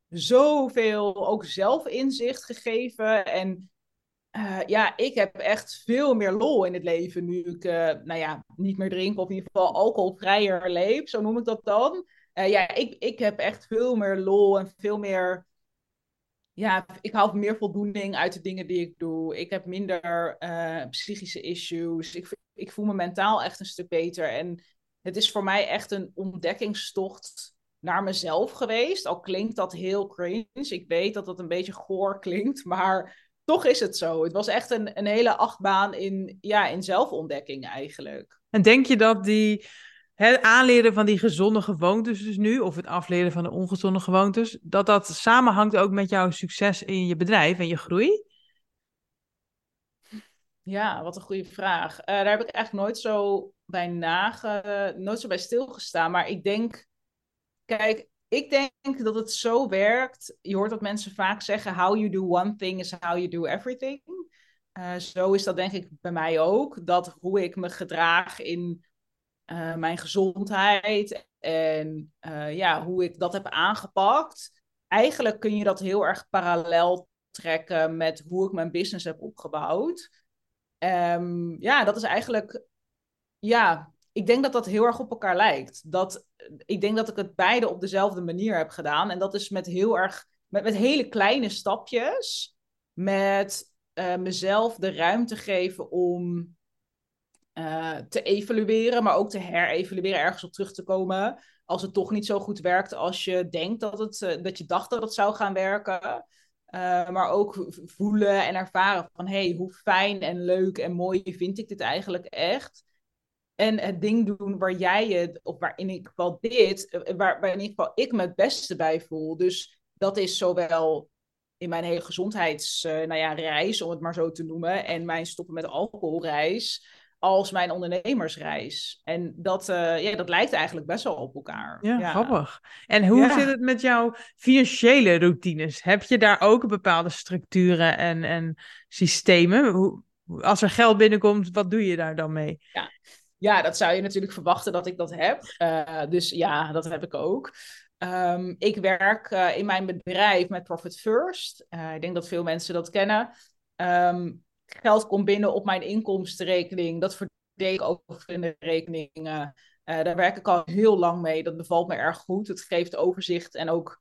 zoveel ook zelfinzicht gegeven en ja, ik heb echt veel meer lol in het leven nu ik, nou ja, niet meer drink of in ieder geval alcoholvrijer leef, zo noem ik dat dan. Ja, ik heb echt veel meer lol en veel meer, ja, ik haal meer voldoening uit de dingen die ik doe. Ik heb minder psychische issues. Ik voel me mentaal echt een stuk beter. En het is voor mij echt een ontdekkingstocht naar mezelf geweest. Al klinkt dat heel cringe. Ik weet dat dat een beetje goor klinkt, maar toch is het zo. Het was echt een hele achtbaan in zelfontdekking eigenlijk.
En denk je dat het aanleren van die gezonde gewoontes dus nu, of het afleren van de ongezonde gewoontes, dat dat samenhangt ook met jouw succes in je bedrijf en je groei?
Ja, wat een goede vraag. Daar heb ik eigenlijk nooit zo bij stilgestaan. Maar ik denk, kijk, ik denk dat het zo werkt. Je hoort dat mensen vaak zeggen: How you do one thing is how you do everything. Zo is dat denk ik bij mij ook. Dat hoe ik me gedraag in mijn gezondheid en ja, hoe ik dat heb aangepakt. Eigenlijk kun je dat heel erg parallel trekken met hoe ik mijn business heb opgebouwd. Ja, dat is eigenlijk, ja, ik denk dat dat heel erg op elkaar lijkt. Ik denk dat ik het beide op dezelfde manier heb gedaan. En dat is met heel erg, met hele kleine stapjes, met mezelf de ruimte geven om te evalueren, maar ook te herevalueren, ergens op terug te komen. Als het toch niet zo goed werkt als je denkt dat je dacht dat het zou gaan werken. Maar ook voelen en ervaren van, hey, hoe fijn en leuk en mooi vind ik dit eigenlijk echt? En het ding doen waar jij het, of waar in ieder geval waar in ieder geval ik me het beste bij voel. Dus dat is zowel in mijn hele gezondheids, nou ja, reis, om het maar zo te noemen, en mijn stoppen met alcoholreis, als mijn ondernemersreis. En dat lijkt eigenlijk best wel op elkaar.
Ja,
Ja.
grappig. En hoe zit
Ja.
het met jouw financiële routines? Heb je daar ook bepaalde structuren en systemen? Als er geld binnenkomt, wat doe je daar dan mee?
Ja. Ja, dat zou je natuurlijk verwachten dat ik dat heb. Dus ja, dat heb ik ook. Ik werk in mijn bedrijf met Profit First. Ik denk dat veel mensen dat kennen. Geld komt binnen op mijn inkomstenrekening. Dat verdeel ik over verschillende rekeningen. Daar werk ik al heel lang mee. Dat bevalt me erg goed. Het geeft overzicht en ook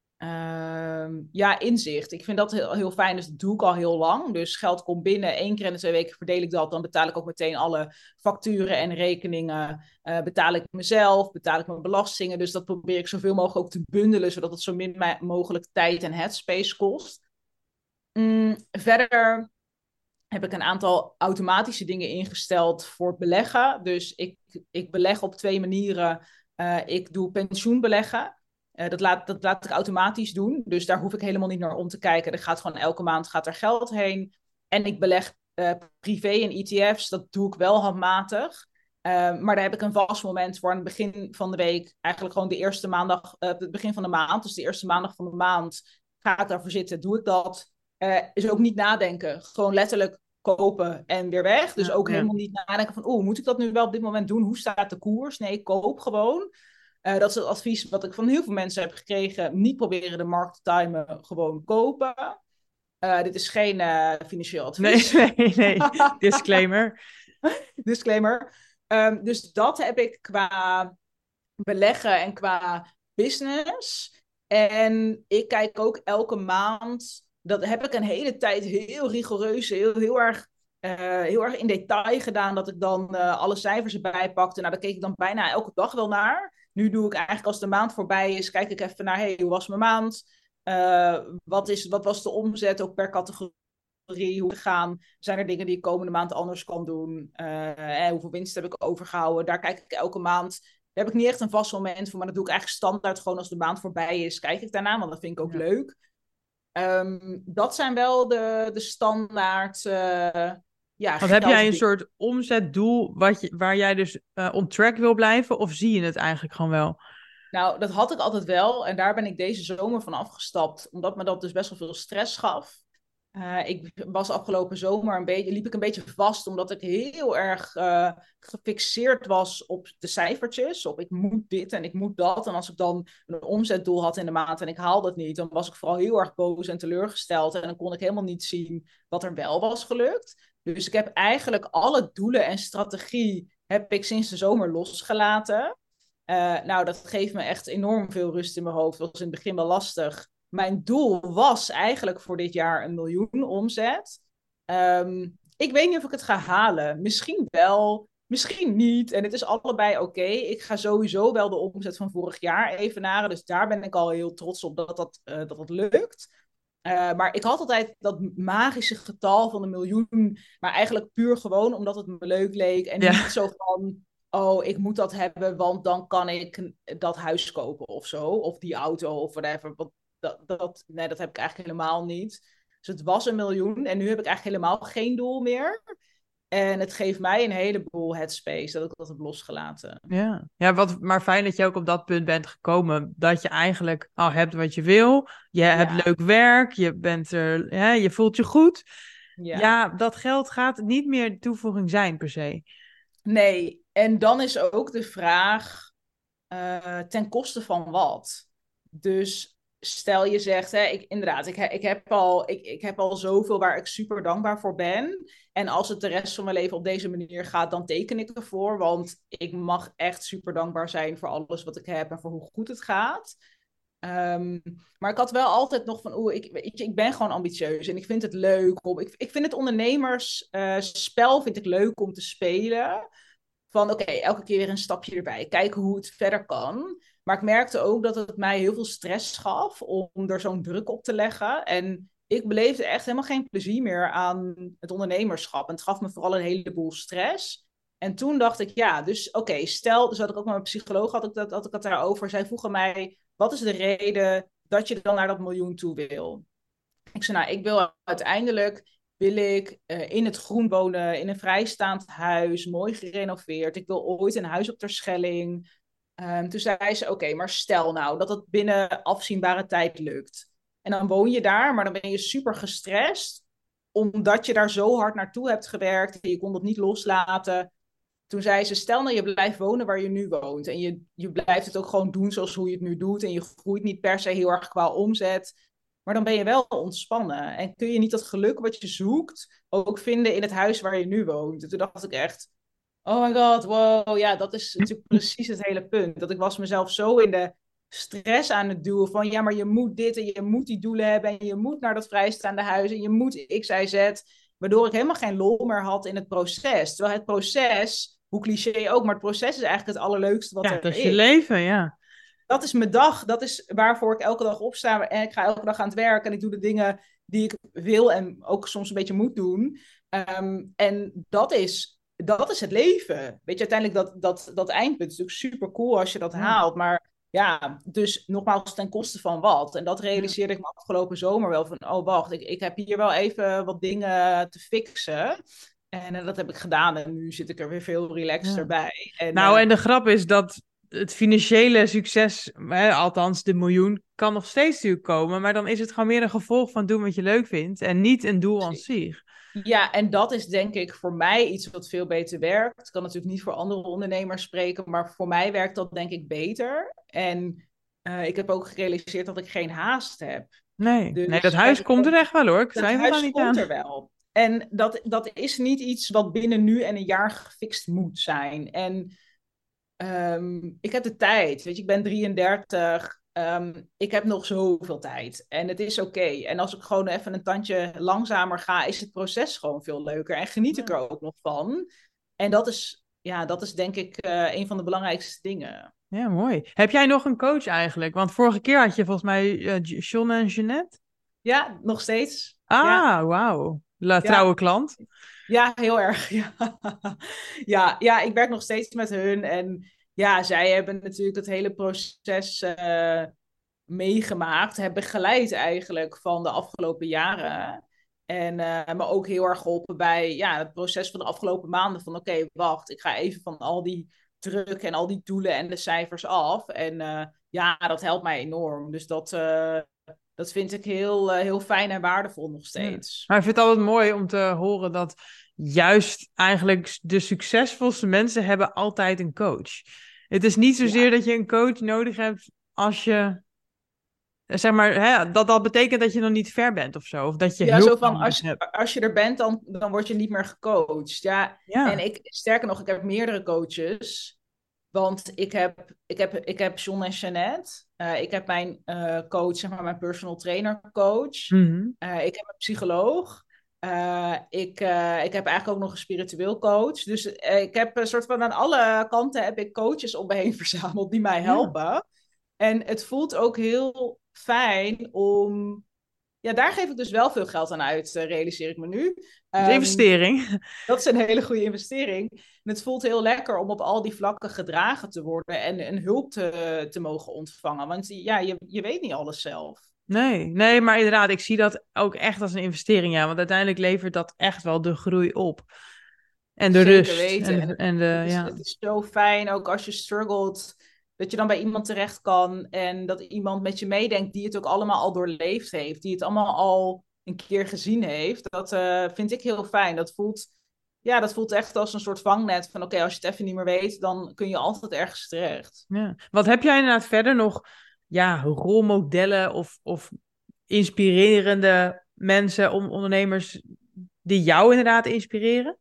inzicht. Ik vind dat heel fijn, dus dat doe ik al heel lang. Dus geld komt binnen, 1 keer in de 2 weken verdeel ik dat. Dan betaal ik ook meteen alle facturen en rekeningen. Betaal ik mezelf, betaal ik mijn belastingen. Dus dat probeer ik zoveel mogelijk ook te bundelen, zodat het zo min mogelijk tijd en headspace kost. Verder heb ik een aantal automatische dingen ingesteld voor beleggen. Dus ik beleg op 2 manieren. Ik doe pensioenbeleggen. Dat laat ik automatisch doen. Dus daar hoef ik helemaal niet naar om te kijken. Er gaat gewoon elke maand er geld heen. En ik beleg privé in ETF's. Dat doe ik wel handmatig. Maar daar heb ik een vast moment voor aan het begin van de week. Eigenlijk gewoon de eerste maandag, het begin van de maand. Dus de eerste maandag van de maand ga ik daarvoor zitten. Doe ik dat. Is ook niet nadenken. Gewoon letterlijk kopen en weer weg. Dus ook helemaal niet nadenken van... moet ik dat nu wel op dit moment doen? Hoe staat de koers? Nee, koop gewoon. Dat is het advies wat ik van heel veel mensen heb gekregen. Niet proberen de markt te timen, gewoon kopen. Dit is geen financieel advies.
Nee. Disclaimer.
Disclaimer. Dus dat heb ik qua beleggen en qua business. En ik kijk ook elke maand... Dat heb ik een hele tijd heel rigoureus, heel erg in detail gedaan. Dat ik dan alle cijfers erbij pakte. Nou, daar keek ik dan bijna elke dag wel naar. Nu doe ik eigenlijk als de maand voorbij is, kijk ik even naar, hoe was mijn maand? Wat was de omzet ook per categorie? Hoe gaan? Zijn er dingen die ik komende maand anders kan doen? Hoeveel winst heb ik overgehouden? Daar kijk ik elke maand. Daar heb ik niet echt een vast moment voor, maar dat doe ik eigenlijk standaard gewoon als de maand voorbij is. Kijk ik daarna, want dat vind ik ook leuk. Dat zijn wel de standaard...
Want heb jij een soort omzetdoel waar jij dus on track wil blijven? Of zie je het eigenlijk gewoon wel?
Nou, dat had ik altijd wel. En daar ben ik deze zomer van afgestapt. Omdat me dat dus best wel veel stress gaf. Ik was afgelopen zomer liep ik een beetje vast. Omdat ik heel erg gefixeerd was op de cijfertjes. Op ik moet dit en ik moet dat. En als ik dan een omzetdoel had in de maand en ik haalde het niet. Dan was ik vooral heel erg boos en teleurgesteld. En dan kon ik helemaal niet zien wat er wel was gelukt. Dus ik heb eigenlijk alle doelen en strategie heb ik sinds de zomer losgelaten. Nou, dat geeft me echt enorm veel rust in mijn hoofd. Dat was in het begin wel lastig. Mijn doel was eigenlijk voor dit jaar 1 miljoen omzet. Ik weet niet of ik het ga halen. Misschien wel, misschien niet. En het is allebei oké. Ik ga sowieso wel de omzet van vorig jaar evenaren. Dus daar ben ik al heel trots op dat lukt. Maar ik had altijd dat magische getal van 1 miljoen. Maar eigenlijk puur gewoon omdat het me leuk leek. En niet zo van... ik moet dat hebben, want dan kan ik dat huis kopen of zo. Of die auto of whatever. Nee, dat heb ik eigenlijk helemaal niet. Dus het was 1 miljoen en nu heb ik eigenlijk helemaal geen doel meer. En het geeft mij een heleboel headspace dat ik dat heb losgelaten.
Maar fijn dat je ook op dat punt bent gekomen. Dat je eigenlijk al hebt wat je wil. Je hebt leuk werk. Je bent er, je voelt je goed. Ja, dat geld gaat niet meer toevoeging zijn per se.
Nee, en dan is ook de vraag ten koste van wat? Dus stel je zegt, ik heb al zoveel waar ik super dankbaar voor ben. En als het de rest van mijn leven op deze manier gaat, dan teken ik ervoor. Want ik mag echt super dankbaar zijn voor alles wat ik heb en voor hoe goed het gaat. Maar ik had wel altijd nog van, ik ben gewoon ambitieus en ik vind het leuk ik vind het ondernemersspel vind ik leuk om te spelen. Van oké, elke keer weer een stapje erbij. Kijken hoe het verder kan. Maar ik merkte ook dat het mij heel veel stress gaf om er zo'n druk op te leggen. En ik beleefde echt helemaal geen plezier meer aan het ondernemerschap. En het gaf me vooral een heleboel stress. En toen dacht ik, dus stel, dus had ik ook met mijn psycholoog had ik het daarover. Zij vroegen mij, wat is de reden dat je dan naar dat miljoen toe wil? Ik zei, ik wil uiteindelijk wil ik in het groen wonen, in een vrijstaand huis, mooi gerenoveerd. Ik wil ooit een huis op Terschelling. Toen zei ze, oké, maar stel nou dat het binnen afzienbare tijd lukt. En dan woon je daar, maar dan ben je super gestrest, omdat je daar zo hard naartoe hebt gewerkt en je kon dat niet loslaten. Toen zei ze, stel nou je blijft wonen waar je nu woont. En je blijft het ook gewoon doen zoals hoe je het nu doet. En je groeit niet per se heel erg qua omzet. Maar dan ben je wel ontspannen. En kun je niet dat geluk wat je zoekt ook vinden in het huis waar je nu woont. En toen dacht ik echt, oh my god, wow. Ja, dat is natuurlijk precies het hele punt. Dat ik was mezelf zo in de stress aan het duwen van, ja, maar je moet dit en je moet die doelen hebben. En je moet naar dat vrijstaande huis en je moet X, Y, Z. Waardoor ik helemaal geen lol meer had in het proces. Terwijl het proces, hoe cliché ook, maar het proces is eigenlijk het allerleukste wat
Ja,
er
dat is je
is.
leven, ja.
Dat is mijn dag. Dat is waarvoor ik elke dag opsta. En ik ga elke dag aan het werk. En ik doe de dingen die ik wil en ook soms een beetje moet doen. En dat is het leven. Weet je, uiteindelijk dat eindpunt is natuurlijk super cool als je dat
Ja.
haalt. Maar ja, dus nogmaals ten koste van wat. En dat
Ja.
realiseerde ik me afgelopen zomer wel. Van, oh wacht, ik heb hier wel even wat dingen te fixen. En dat heb ik gedaan. En nu zit ik er weer veel relaxter
Ja.
bij. En
Nou, en de grap is dat het financiële succes, althans de miljoen, kan nog steeds natuurlijk komen. Maar dan is het gewoon meer een gevolg van doen wat je leuk vindt en niet een doel aan zich.
ja, en dat is denk ik voor mij iets wat veel beter werkt. Ik kan natuurlijk niet voor andere ondernemers spreken, maar voor mij werkt dat denk ik beter. En ik heb ook gerealiseerd dat ik geen haast heb.
Nee, nee, dat
Dus
huis komt er echt wel hoor. Ik
dat
twijfel daar
huis
niet
komt
aan.
er wel. En dat is niet iets wat binnen nu en een jaar gefixt moet zijn. En ik heb de tijd. Weet je, ik ben 33. Ik heb nog zoveel tijd. En het is oké. En als ik gewoon even een tandje langzamer ga, is het proces gewoon veel leuker. En geniet ik
Ja.
er ook nog van. En dat is denk ik een van de belangrijkste dingen.
Ja, mooi. Heb jij nog een coach eigenlijk? Want vorige keer had je volgens mij John en Jeanette.
Ja, nog steeds. Ja,
Ah, wauw. La
ja,
trouwe klant.
ja, heel erg. Ja. Ja, ik werk nog steeds met hun. En ja, zij hebben natuurlijk het hele proces meegemaakt, heb begeleid eigenlijk van de afgelopen jaren. En me ook heel erg geholpen bij ja, het proces van de afgelopen maanden. Van oké, wacht, ik ga even van al die druk en al die doelen en de cijfers af. En ja, dat helpt mij enorm. Dus dat vind ik heel fijn en waardevol nog
Ja.
steeds.
Maar ik vind het altijd mooi om te horen dat juist eigenlijk de succesvolste mensen hebben altijd een coach. Het is niet zozeer
Ja,
dat je een coach nodig hebt als je, zeg maar, dat betekent dat je nog niet ver bent of zo. Of dat je
ja,
hulp
zo van
nodig hebt.
als je er bent, dan word je niet meer gecoacht. Ja, en
Ja.
sterker nog, ik heb meerdere coaches. Want ik heb John en Jeanette. Ik heb mijn coach, zeg maar mijn personal trainer coach.
Mhm.
Ik heb een psycholoog. Ik heb eigenlijk ook nog een spiritueel coach. Dus ik heb een soort van aan alle kanten heb ik coaches om me heen verzameld die mij
Ja.
helpen. En het voelt ook heel fijn om... Ja, daar geef ik dus wel veel geld aan uit, realiseer ik me nu.
Dus
Um,
investering.
dat is een hele goede investering. En het voelt heel lekker om op al die vlakken gedragen te worden en hulp te mogen ontvangen. Want ja, je weet niet alles zelf.
Nee, nee, maar inderdaad, ik zie dat ook echt als een investering, ja. Want uiteindelijk levert dat echt wel de groei op. En de
Zeker
rust.
weten. En
Ja.
het is zo fijn, ook als je struggelt, dat je dan bij iemand terecht kan. En dat iemand met je meedenkt die het ook allemaal al doorleefd heeft. Die het allemaal al een keer gezien heeft. Dat vind ik heel fijn. Dat voelt echt als een soort vangnet van oké, als je het even niet meer weet, dan kun je altijd ergens terecht.
Ja. Wat heb jij inderdaad verder nog, ja, rolmodellen of inspirerende mensen, ondernemers die jou inderdaad inspireren?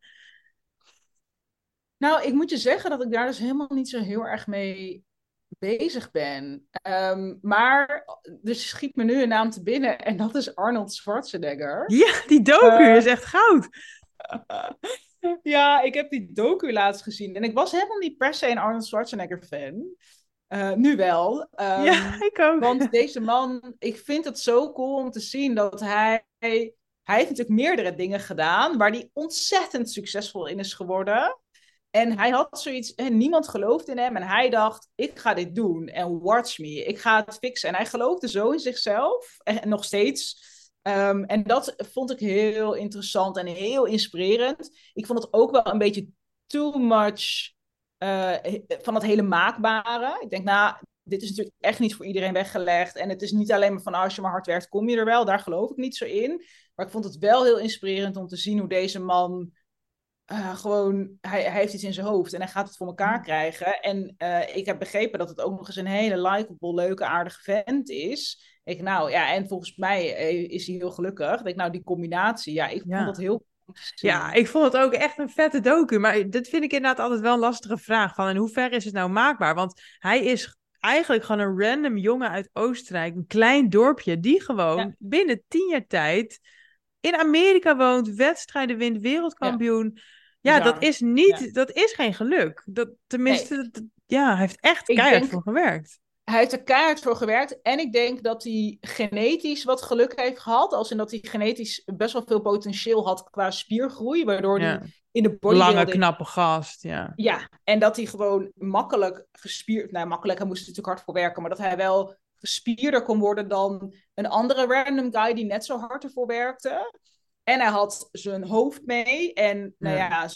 Nou, ik moet je zeggen dat ik daar dus helemaal niet zo heel erg mee bezig ben. Maar er schiet me nu een naam te binnen en dat is Arnold Schwarzenegger.
Ja, die docu
Eh,
is echt goud.
ja, ik heb die docu laatst gezien en ik was helemaal niet per se een Arnold Schwarzenegger fan. Nu wel.
Ja, ik ook.
Want deze man, ik vind het zo cool om te zien dat hij heeft natuurlijk meerdere dingen gedaan waar hij ontzettend succesvol in is geworden. En hij had zoiets, en niemand geloofde in hem. En hij dacht, ik ga dit doen. En watch me, ik ga het fixen. En hij geloofde zo in zichzelf. En nog steeds. En dat vond ik heel interessant en heel inspirerend. Ik vond het ook wel een beetje too much van het hele maakbare. Ik denk, nou, dit is natuurlijk echt niet voor iedereen weggelegd. En het is niet alleen maar van als je maar hard werkt, kom je er wel. Daar geloof ik niet zo in. Maar ik vond het wel heel inspirerend om te zien hoe deze man gewoon, hij heeft iets in zijn hoofd en hij gaat het voor elkaar krijgen. En ik heb begrepen dat het ook nog eens een hele likable, leuke, aardige vent is. Ik, nou ja, en volgens mij is hij heel gelukkig. Ik denk, nou, die combinatie, ja, ik vond dat
Ja.
heel cool om te
Ja,
zien.
ik vond het ook echt een vette docu. Maar dat vind ik inderdaad altijd wel een lastige vraag. Van in hoeverre is het nou maakbaar? Want hij is eigenlijk gewoon een random jongen uit Oostenrijk. Een klein dorpje. Die
Ja,
gewoon binnen 10 jaar tijd in Amerika woont. Wedstrijden wint.
ja,
Wereldkampioen. Ja, dat
bizar.
is
Ja.
niet... Dat is geen geluk. Dat,
Nee,
tenminste, ja, hij heeft echt
ik
keihard
denk
voor gewerkt.
hij heeft er keihard voor gewerkt. En ik denk dat hij genetisch wat geluk heeft gehad. Als in dat hij genetisch best wel veel potentieel had qua spiergroei. Waardoor hij
Ja.
in de
Lange,
bodybuilding.
knappe gast, ja.
Ja, en dat hij gewoon makkelijk gespierd. Nou, makkelijk, hij moest er natuurlijk hard voor werken. Maar dat hij wel gespierder kon worden dan een andere random guy die net zo hard ervoor werkte. En hij had zijn hoofd mee. En nou
Ja,
ja,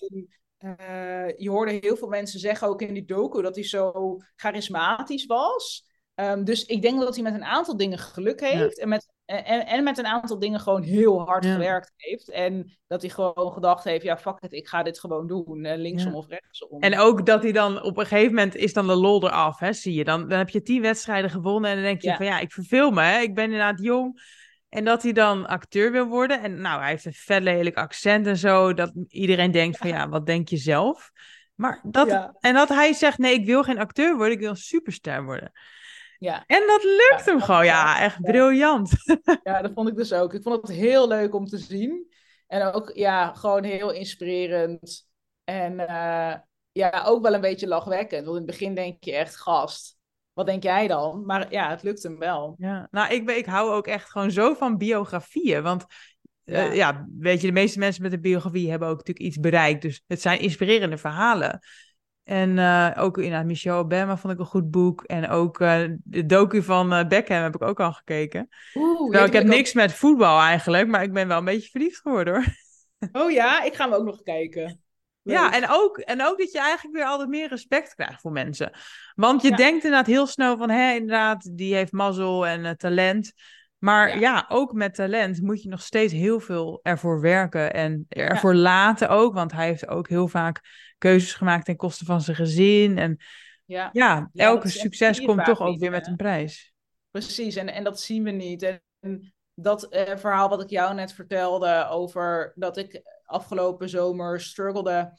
je hoorde heel veel mensen zeggen ook in die docu dat hij zo charismatisch was. Dus ik denk dat hij met een aantal dingen geluk
ja,
heeft. En met een aantal dingen gewoon heel hard
ja,
gewerkt heeft. En dat hij gewoon gedacht heeft, ja, fuck it, ik ga dit gewoon doen. Linksom
ja.
of
En
rechtsom.
ook dat hij dan op een gegeven moment is dan de lol eraf, hè, zie je. Dan heb je 10 wedstrijden gewonnen en dan denk je
Ja,
van ja, ik verveel me, hè. Ik ben inderdaad jong. En dat hij dan acteur wil worden. En nou, hij heeft een vet lelijk accent en zo. Dat iedereen denkt van ja, wat denk je zelf? Maar
ja,
dat hij zegt nee, ik wil geen acteur worden, ik wil een superster worden.
ja.
En dat lukt
Ja,
hem gewoon.
grappig, hè?
Ja, echt
Ja.
briljant.
Ja, dat vond ik dus ook. Ik vond het heel leuk om te zien. En ook, ja, gewoon heel inspirerend. En ja, ook wel een beetje lachwekkend. Want in het begin denk je echt, gast, wat denk jij dan? Maar ja, het lukt hem wel.
Ja, nou, ik hou ook echt gewoon zo van biografieën. Want
Ja,
ja, weet je, de meeste mensen met een biografie hebben ook natuurlijk iets bereikt. Dus het zijn inspirerende verhalen. En ook inderdaad, Michelle Obama vond ik een goed boek. En ook de docu van Beckham heb ik ook al gekeken.
oeh, ja,
Terwijl ik
die wil
heb
ik ook.
niks met voetbal eigenlijk, maar ik ben wel een beetje verliefd geworden hoor.
Oh ja, ik ga hem ook nog kijken.
Ja,
Leuk.
en ook dat je eigenlijk weer altijd meer respect krijgt voor mensen. Want je
Ja,
denkt inderdaad heel snel van, hé, inderdaad, die heeft mazzel en talent. Maar
ja,
ja, ook met talent moet je nog steeds heel veel ervoor werken en
ja.
ervoor laten ook. Want hij heeft ook heel vaak keuzes gemaakt ten koste van zijn gezin. En
Ja,
ja,
ja,
elke
dat
succes
zie je
komt
vaak
toch ook
niet,
weer met
hè?
een prijs.
Precies, en dat zien we niet. En dat verhaal wat ik jou net vertelde over dat ik afgelopen zomer struggelde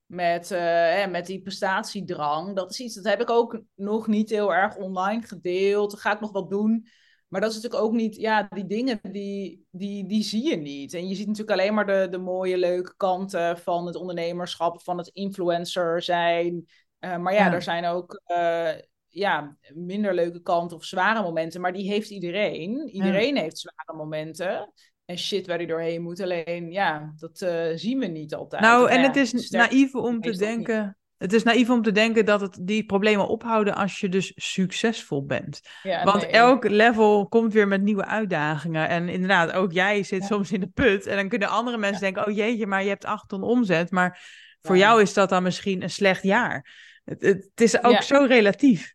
met die prestatiedrang. Dat is iets, dat heb ik ook nog niet heel erg online gedeeld. Dat ga ik nog wel doen. Maar dat is natuurlijk ook niet, ja, die dingen die zie je niet. En je ziet natuurlijk alleen maar de mooie, leuke kanten van het ondernemerschap, van het influencer zijn. Maar ja, er
Ja.
zijn ook ja, minder leuke kanten of zware momenten. Maar die heeft iedereen.
Ja.
Iedereen heeft zware momenten. En shit waar hij doorheen moet. Alleen, ja, dat zien we niet altijd.
Nou,
Of
en
nou
het
ja,
is
sterk
naïef om te
meestal niet.
denken. Het is naïef om te denken dat het die problemen ophouden als je dus succesvol bent.
Ja,
Want
nee.
elk level komt weer met nieuwe uitdagingen. En inderdaad, ook jij zit
Ja,
soms in de put. En dan kunnen andere mensen
ja,
denken: oh jeetje, maar je hebt 8 ton omzet. Maar voor
ja.
jou is dat dan misschien een slecht jaar. Het is ook
Ja,
zo relatief.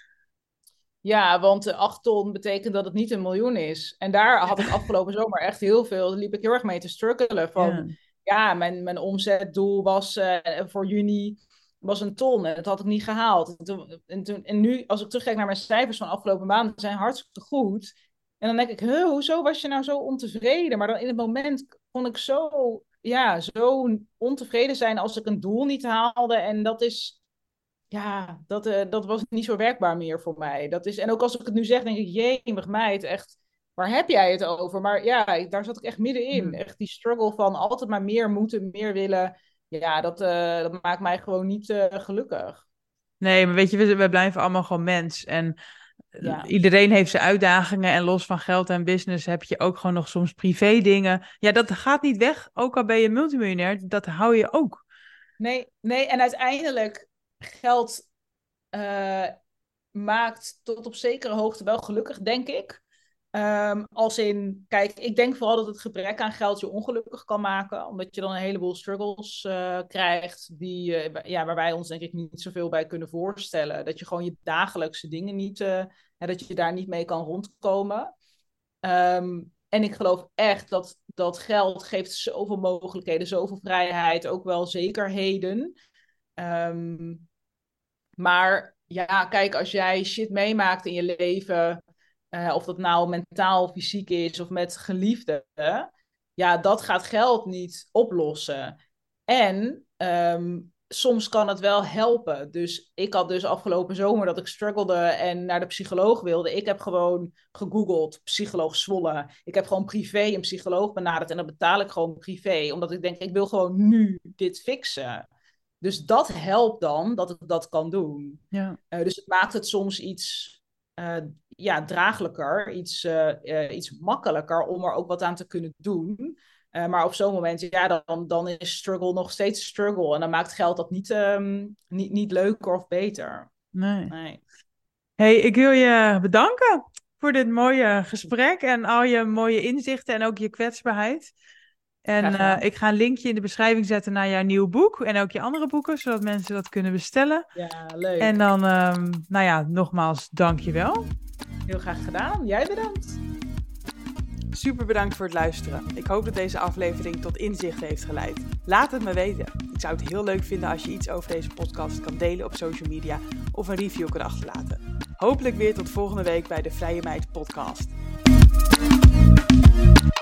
ja, want 8 ton betekent dat het niet 1 miljoen is. En daar had ik afgelopen zomer echt heel veel, liep ik heel erg mee te struggelen.
Ja,
Van ja, mijn omzetdoel was voor juni was 1 ton en dat had ik niet gehaald. En nu, als ik terugkijk naar mijn cijfers van afgelopen maanden, zijn hartstikke goed. En dan denk ik, huh, hoezo was je nou zo ontevreden? Maar dan in het moment kon ik zo, ja, zo ontevreden zijn als ik een doel niet haalde. En dat is ja, dat was niet zo werkbaar meer voor mij. Dat is, en ook als ik het nu zeg, denk ik, jemig meid, echt, waar heb jij het over? Maar ja, daar zat ik echt middenin.
hm.
Echt die struggle van altijd maar meer moeten, meer willen. Ja, dat maakt mij gewoon niet gelukkig.
Nee, maar weet je, we blijven allemaal gewoon mens. En
Ja,
iedereen heeft zijn uitdagingen. En los van geld en business heb je ook gewoon nog soms privé dingen. Ja, dat gaat niet weg. Ook al ben je multimiljonair, dat hou je ook.
nee, nee. En uiteindelijk geld eh, maakt tot op zekere hoogte wel gelukkig, denk ik. Als in, kijk, ik denk vooral dat het gebrek aan geld je ongelukkig kan maken. Omdat je dan een heleboel struggles krijgt waar wij ons denk ik niet zoveel bij kunnen voorstellen. Dat je gewoon je dagelijkse dingen niet, dat je daar niet mee kan rondkomen. En ik geloof echt dat geld geeft zoveel mogelijkheden, zoveel vrijheid, ook wel zekerheden. Maar ja, kijk, als jij shit meemaakt in je leven, of dat nou mentaal, fysiek is of met geliefden, ja, dat gaat geld niet oplossen. En soms kan het wel helpen. Dus ik had dus afgelopen zomer dat ik struggelde en naar de psycholoog wilde. Ik heb gewoon gegoogeld, psycholoog Zwolle. Ik heb gewoon privé een psycholoog benaderd en dat betaal ik gewoon privé. Omdat ik denk, ik wil gewoon nu dit fixen. Dus dat helpt dan, dat ik dat kan doen.
Ja.
Dus het maakt het soms iets draaglijker, iets makkelijker om er ook wat aan te kunnen doen. Maar op zo'n moment, ja, dan is struggle nog steeds struggle. En dan maakt geld dat niet leuker of beter.
Nee. Hey, ik wil je bedanken voor dit mooie gesprek en al je mooie inzichten en ook je kwetsbaarheid. En ik ga een linkje in de beschrijving zetten naar jouw nieuwe boek en ook je andere boeken, zodat mensen dat kunnen bestellen.
Ja, leuk.
En dan, nogmaals, dank je wel.
Heel graag gedaan. Jij bedankt.
Super bedankt voor het luisteren. Ik hoop dat deze aflevering tot inzichten heeft geleid. Laat het me weten. Ik zou het heel leuk vinden als je iets over deze podcast kan delen op social media of een review kan achterlaten. Hopelijk weer tot volgende week bij de Vrije Meid podcast.